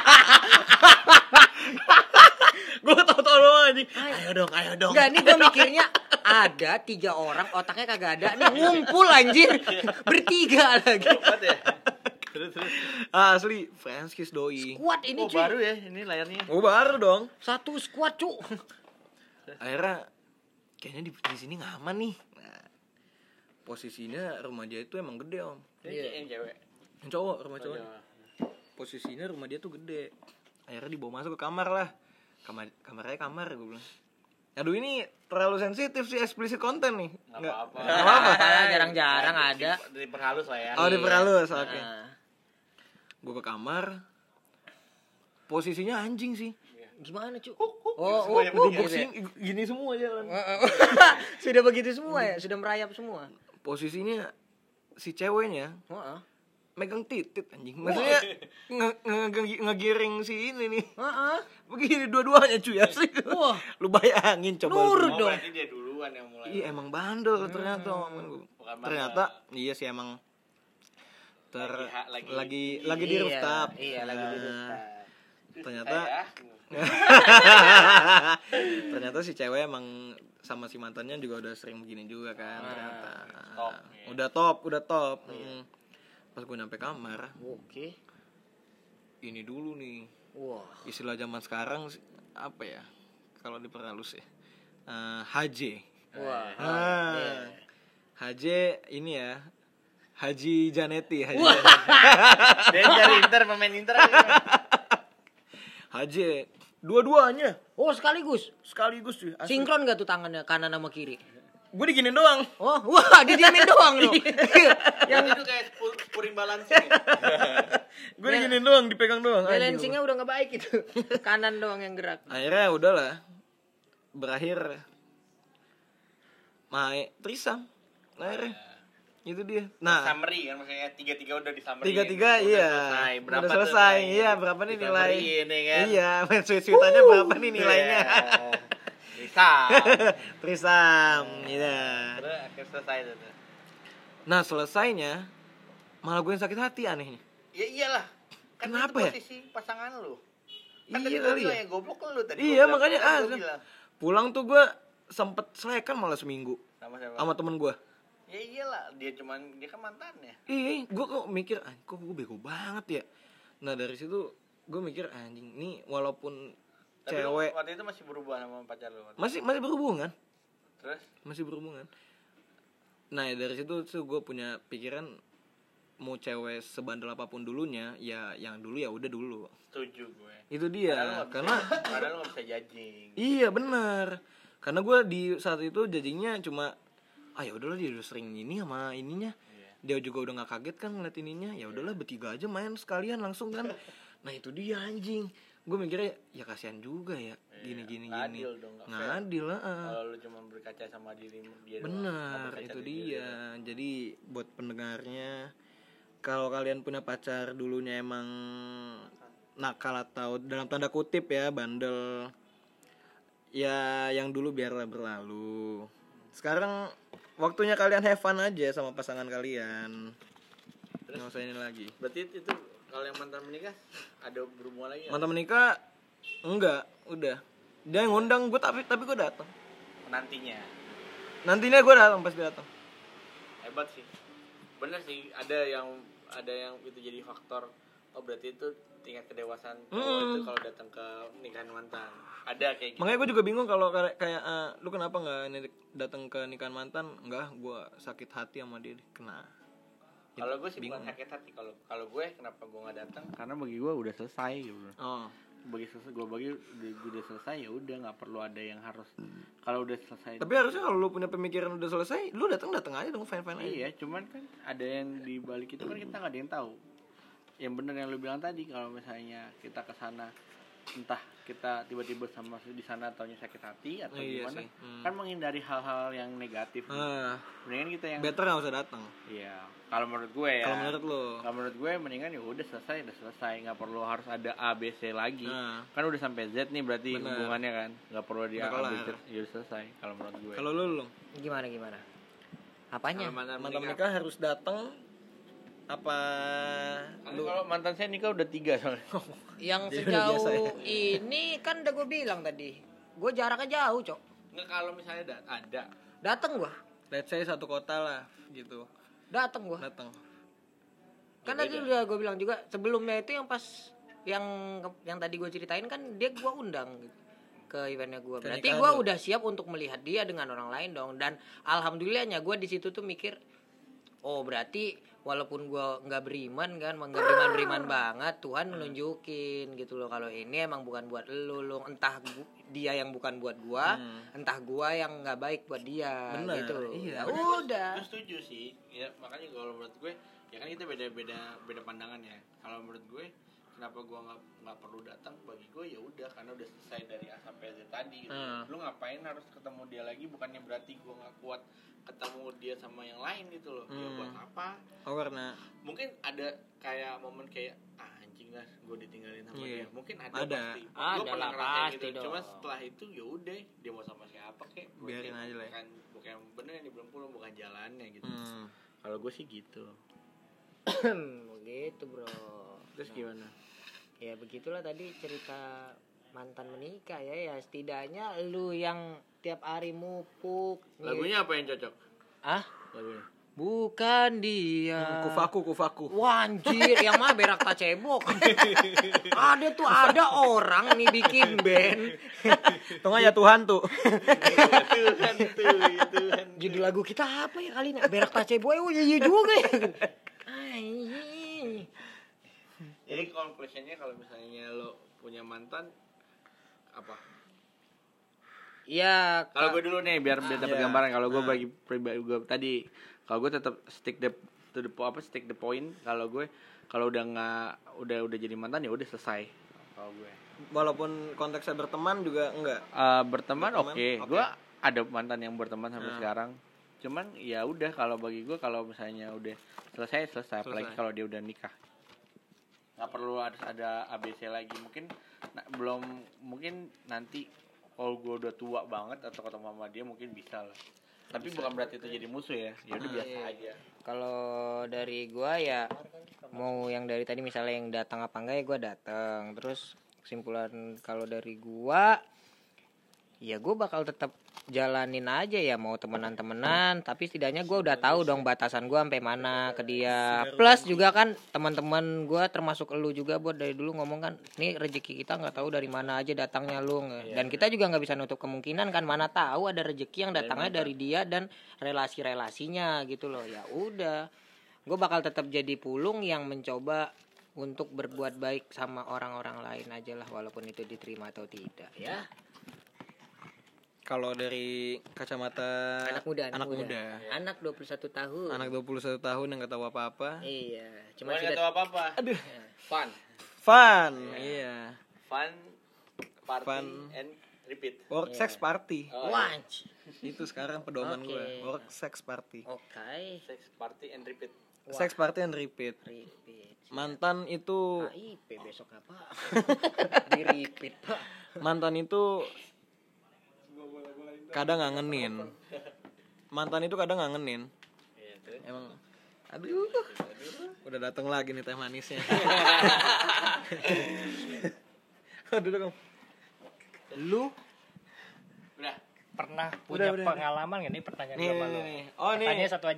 Gua ketawa-tawa doang anjing. Ayo dong. Enggak, nih gue mikirnya ada 3 orang otaknya kagak ada. Nih ngumpul anjir. Bertiga lagi. kuat ya. Terus. Asli Francis doi. Squad ini Oh cuy. baru ya ini layarnya. Oh baru dong. Satu squad cu. Akhirnya kayaknya di sini nggak aman nih. Nah, posisinya rumah dia itu emang gede om. Ini yang cewek. Yang cowok rumah cowok. Posisinya rumah dia tuh gede. Akhirnya dibawa masuk ke kamar lah. Kamarnya kamar gue bilang. Aduh ini terlalu sensitif sih eksplisit konten nih. Nggak apa-apa. Nggak apa-apa. Jarang-jarang ada. Diperhalus lah ya. Oh diperhalus oke. Nah, Gue ke kamar. Posisinya anjing sih. gimana cu? Duduk gini semua jalan. Sudah begitu semua ya? Sudah merayap semua? Posisinya si ceweknya Heeh. megang titit anjing. Maksudnya ngegiring si ini nih. Heeh. Begini dua-duanya cuy asli. Wah. Lu bayangin coba. Nurut Oh, dong. berarti dia duluan yang mulai. Iya emang bandel ternyata omongan gue. Bukan Ternyata iya sih emang lagi di rooftop. Iya, lagi di Nah, rooftop. Ternyata Ya. ternyata si cewek emang sama si mantannya juga udah sering begini juga kan ternyata. top, ya. Udah top. Pas gue nyampe kamar, Oke. ini dulu nih. Wah. Istilah zaman sekarang apa ya? Kalau diperhalus ya. HJ. Wah. Ah. HJ ini ya. Haji Janeti, Dia cari Inter pemain Inter. HJ. Dua-duanya Oh, sekaligus. sekaligus cuy. Asli. Sinkron gak tuh tangannya kanan sama kiri? Gue diginin doang. Oh, wah, didiamin doang loh. Yang itu kayak spuring balancing. Gue diginin doang, dipegang doang. Anjing. Balancingnya udah nggak baik itu. Kanan doang yang gerak. Akhirnya udahlah. Berakhir trisam. Akhirnya itu dia. Nah, Summary kan maksudnya 3-3 udah di summary. 3-3 iya. Selesai. Berapa Udah tuh selesai. nilainya? Iya, berapa nih nilai? Di-summary ini kan. Iya, sweet-sweetannya berapa nih nilainya? Bisa. Trisam, iya. Terus akhir selesai tuh. Nah, selesainya malah gue yang sakit hati anehnya. Ya iyalah. Kan Kenapa itu ya? posisi pasangan lu. Iya Kan tadi kali gua ya. yang goblok lu tadi. Iya, Gua makanya bilang, gua bilang. pulang tuh gue sempet selekan malah seminggu Sama siapa? sama temen gue. Ya iyalah, dia kan mantannya. Ih, gue kok mikir, kok gue bego banget ya. Nah dari situ gue mikir anjing, nih walaupun Tapi cewek lu waktu itu masih berhubungan sama pacar lu. masih berhubungan, Terus masih berhubungan. Nah dari situ tuh gue punya pikiran mau cewek sebandel apapun dulunya, ya yang dulu ya udah dulu. setuju gue. Itu dia, karena Padahal lu gak bisa judging. iya benar. Karena gue di saat itu jadinya cuma ya udahlah dia udah sering ini sama ininya. Dia juga udah nggak kaget kan ngeliat ininya. Ya udahlah bertiga aja main sekalian langsung kan. Nah itu dia anjing. Gue mikirnya ya kasihan juga ya gini. Nggak adil dong, nggak Nggak fair. adil lah. Kalau lu cuma berkaca sama dirimu dia doang, Benar, nggak berkaca itu di diri dia. Jadi buat pendengarnya, kalau kalian punya pacar dulunya emang nakal atau dalam tanda kutip ya bandel, ya yang dulu biarlah berlalu. Sekarang waktunya kalian have fun aja sama pasangan kalian. Nggak usah ini lagi. Berarti itu kalau yang mantan menikah ada berhubungan lagi nggak? Mantan menikah enggak, udah. Dia yang ngundang gue tapi gue datang. Nantinya. Nantinya gue datang, pasti datang. Hebat sih. Bener sih, ada yang itu jadi faktor. Oh berarti itu tingkat kedewasaan cowok itu kalau datang ke nikahan mantan. Ada kayak gitu. Makanya gue juga bingung kalau kayak lu kenapa nggak datang ke nikahan mantan? Enggak, gue sakit hati sama dia. Kena. Kalau gue sih bingung. bukan sakit hati. Kalau gue kenapa gue nggak datang? Karena bagi gue udah selesai gitu. Oh. Bagi udah selesai ya udah nggak perlu ada yang harus. Kalau udah selesai. Tapi harusnya kalau lu punya pemikiran udah selesai, lu datang aja dong, fine aja. Iya, cuman kan ada yang di balik itu kan kita nggak ada yang tahu. Yang benar yang lu bilang tadi, kalau misalnya kita ke sana entah kita tiba-tiba sama di sana ataunya sakit hati atau Iya gimana sih. kan menghindari hal-hal yang negatif. Mendingan kita yang Better nggak usah datang. iya kalau menurut gue ya, Kalau menurut lu? kalau menurut gue mendingan ya udah selesai nggak perlu harus ada A B C lagi. Kan udah sampai Z nih berarti Bener. hubungannya kan nggak perlu di Udah A B C kelar. ya udah selesai kalau menurut gue. Kalau lu Gimana? Apanya? Kalau mantan menikah harus datang apa lu? kalau mantan saya nikah udah 3 soalnya. Yang Jadi udah biasa sejauh ini kan udah gue bilang tadi. Gue jaraknya jauh, Cok. Nggak kalau misalnya ada Dateng gue. Let's say satu kota lah gitu. Dateng gue. Datang. Kan tadi udah gue bilang juga sebelumnya itu yang pas yang tadi gue ceritain kan dia gue undang gitu ke eventnya gue. Berarti gue udah siap untuk melihat dia dengan orang lain dong. Dan alhamdulillahnya gue di situ tuh mikir, oh berarti walaupun gue nggak beriman kan, nggak beriman banget, Tuhan nunjukin gitu loh kalau ini emang bukan buat lo entah dia yang bukan buat gue, entah gue yang nggak baik buat dia. Bener, gitu. iya. Ya udah. Gue setuju sih ya, makanya kalau menurut gue ya kan kita beda pandangan ya. Kalau menurut gue kenapa gue nggak perlu datang, bagi gue ya udah karena udah selesai dari A sampai Z tadi gitu. Lu ngapain harus ketemu dia lagi, bukannya berarti gue nggak kuat ketemu dia sama yang lain gitu loh. Ya buat apa? Oh karena Mungkin ada kayak momen kayak anjing lah gue ditinggalin sama Iya. dia. Mungkin ada. Ada. Pasti. Gue Ada pernah lah, ngerasain pasti gitu. dong. Cuma setelah itu ya udah dia mau sama siapa kek. Biarin aja lah ya. Bukan bener yang di Bengkulu, bukan jalannya gitu. Kalau gue sih gitu. Begitu bro. Terus gimana? Ya begitulah tadi cerita mantan menikah ya. Setidaknya lu yang tiap hari mupuk. Lagunya apa yang cocok? Ah? Lagunya. Bukan dia. kufaku. Wah, anjir, yang mah berak tak cebok. ada orang nih bikin band. Tengah ya Tuhan tuh. Tuhan. Judul lagu kita apa ya kali ini? Berak tak cebok. Oh iya juga ya. Jadi conclusionnya kalau misalnya lo punya mantan apa? Iya. Kalau gue dulu nih biar dapat Iya. gambaran. Kalau gue bagi pribadi gue tadi, kalau gue tetap stick the point. Kalau udah nggak udah jadi mantan ya udah selesai. Kalau gue Walaupun konteksnya berteman juga enggak. berteman oke. Oke. Gue ada mantan yang berteman sampai sekarang. Cuman ya udah kalau bagi gue kalau misalnya udah selesai. Apalagi kalau dia udah nikah. Nggak perlu ada ABC lagi. Mungkin nanti kalau gue udah tua banget atau ketemu sama dia mungkin bisa lah. Tapi bukan berarti itu jadi musuh ya. Ya udah biasa aja. Kalau dari gua ya mau yang dari tadi misalnya yang datang apa enggak ya gua datang. Terus kesimpulan kalau dari gua ya gua bakal tetap jalanin aja ya, mau temenan tapi setidaknya gua udah tahu dong batasan gua sampai mana ke dia. Plus juga kan teman-teman gua termasuk elu juga buat dari dulu ngomong kan, nih rezeki kita nggak tahu dari mana aja datangnya lu. Dan kita juga nggak bisa nutup kemungkinan kan, mana tahu ada rezeki yang datangnya dari dia dan relasi-relasinya gitu loh. Ya udah, gua bakal tetap jadi pulung yang mencoba untuk berbuat baik sama orang-orang lain aja lah, walaupun itu diterima atau tidak ya. Kalau dari kacamata Anak muda. Anak 21 tahun. Anak 21 tahun yang nggak tahu apa-apa. Iya, cuma Nggak tahu apa-apa. Aduh. Fun, Iya. party Fun. and repeat. Work sex party. Wanch. Itu sekarang pedoman Oke. gue. Work sex party. Oke. Sex party and repeat. Sex party and repeat. Repeat. Mantan itu AIP besok apa? Di repeat, Pak. mantan itu kadang ngangenin. Mantan itu kadang ngangenin. Iya tuh. Emang aduh. Udah datang lagi nih teh manisnya. Duduk dong. Lu Udah. pernah punya Udah. pengalaman gak nih pertanyaan Nih, gua sama nih, lu? nih. Oh, nih. Pertanyaan satu aja.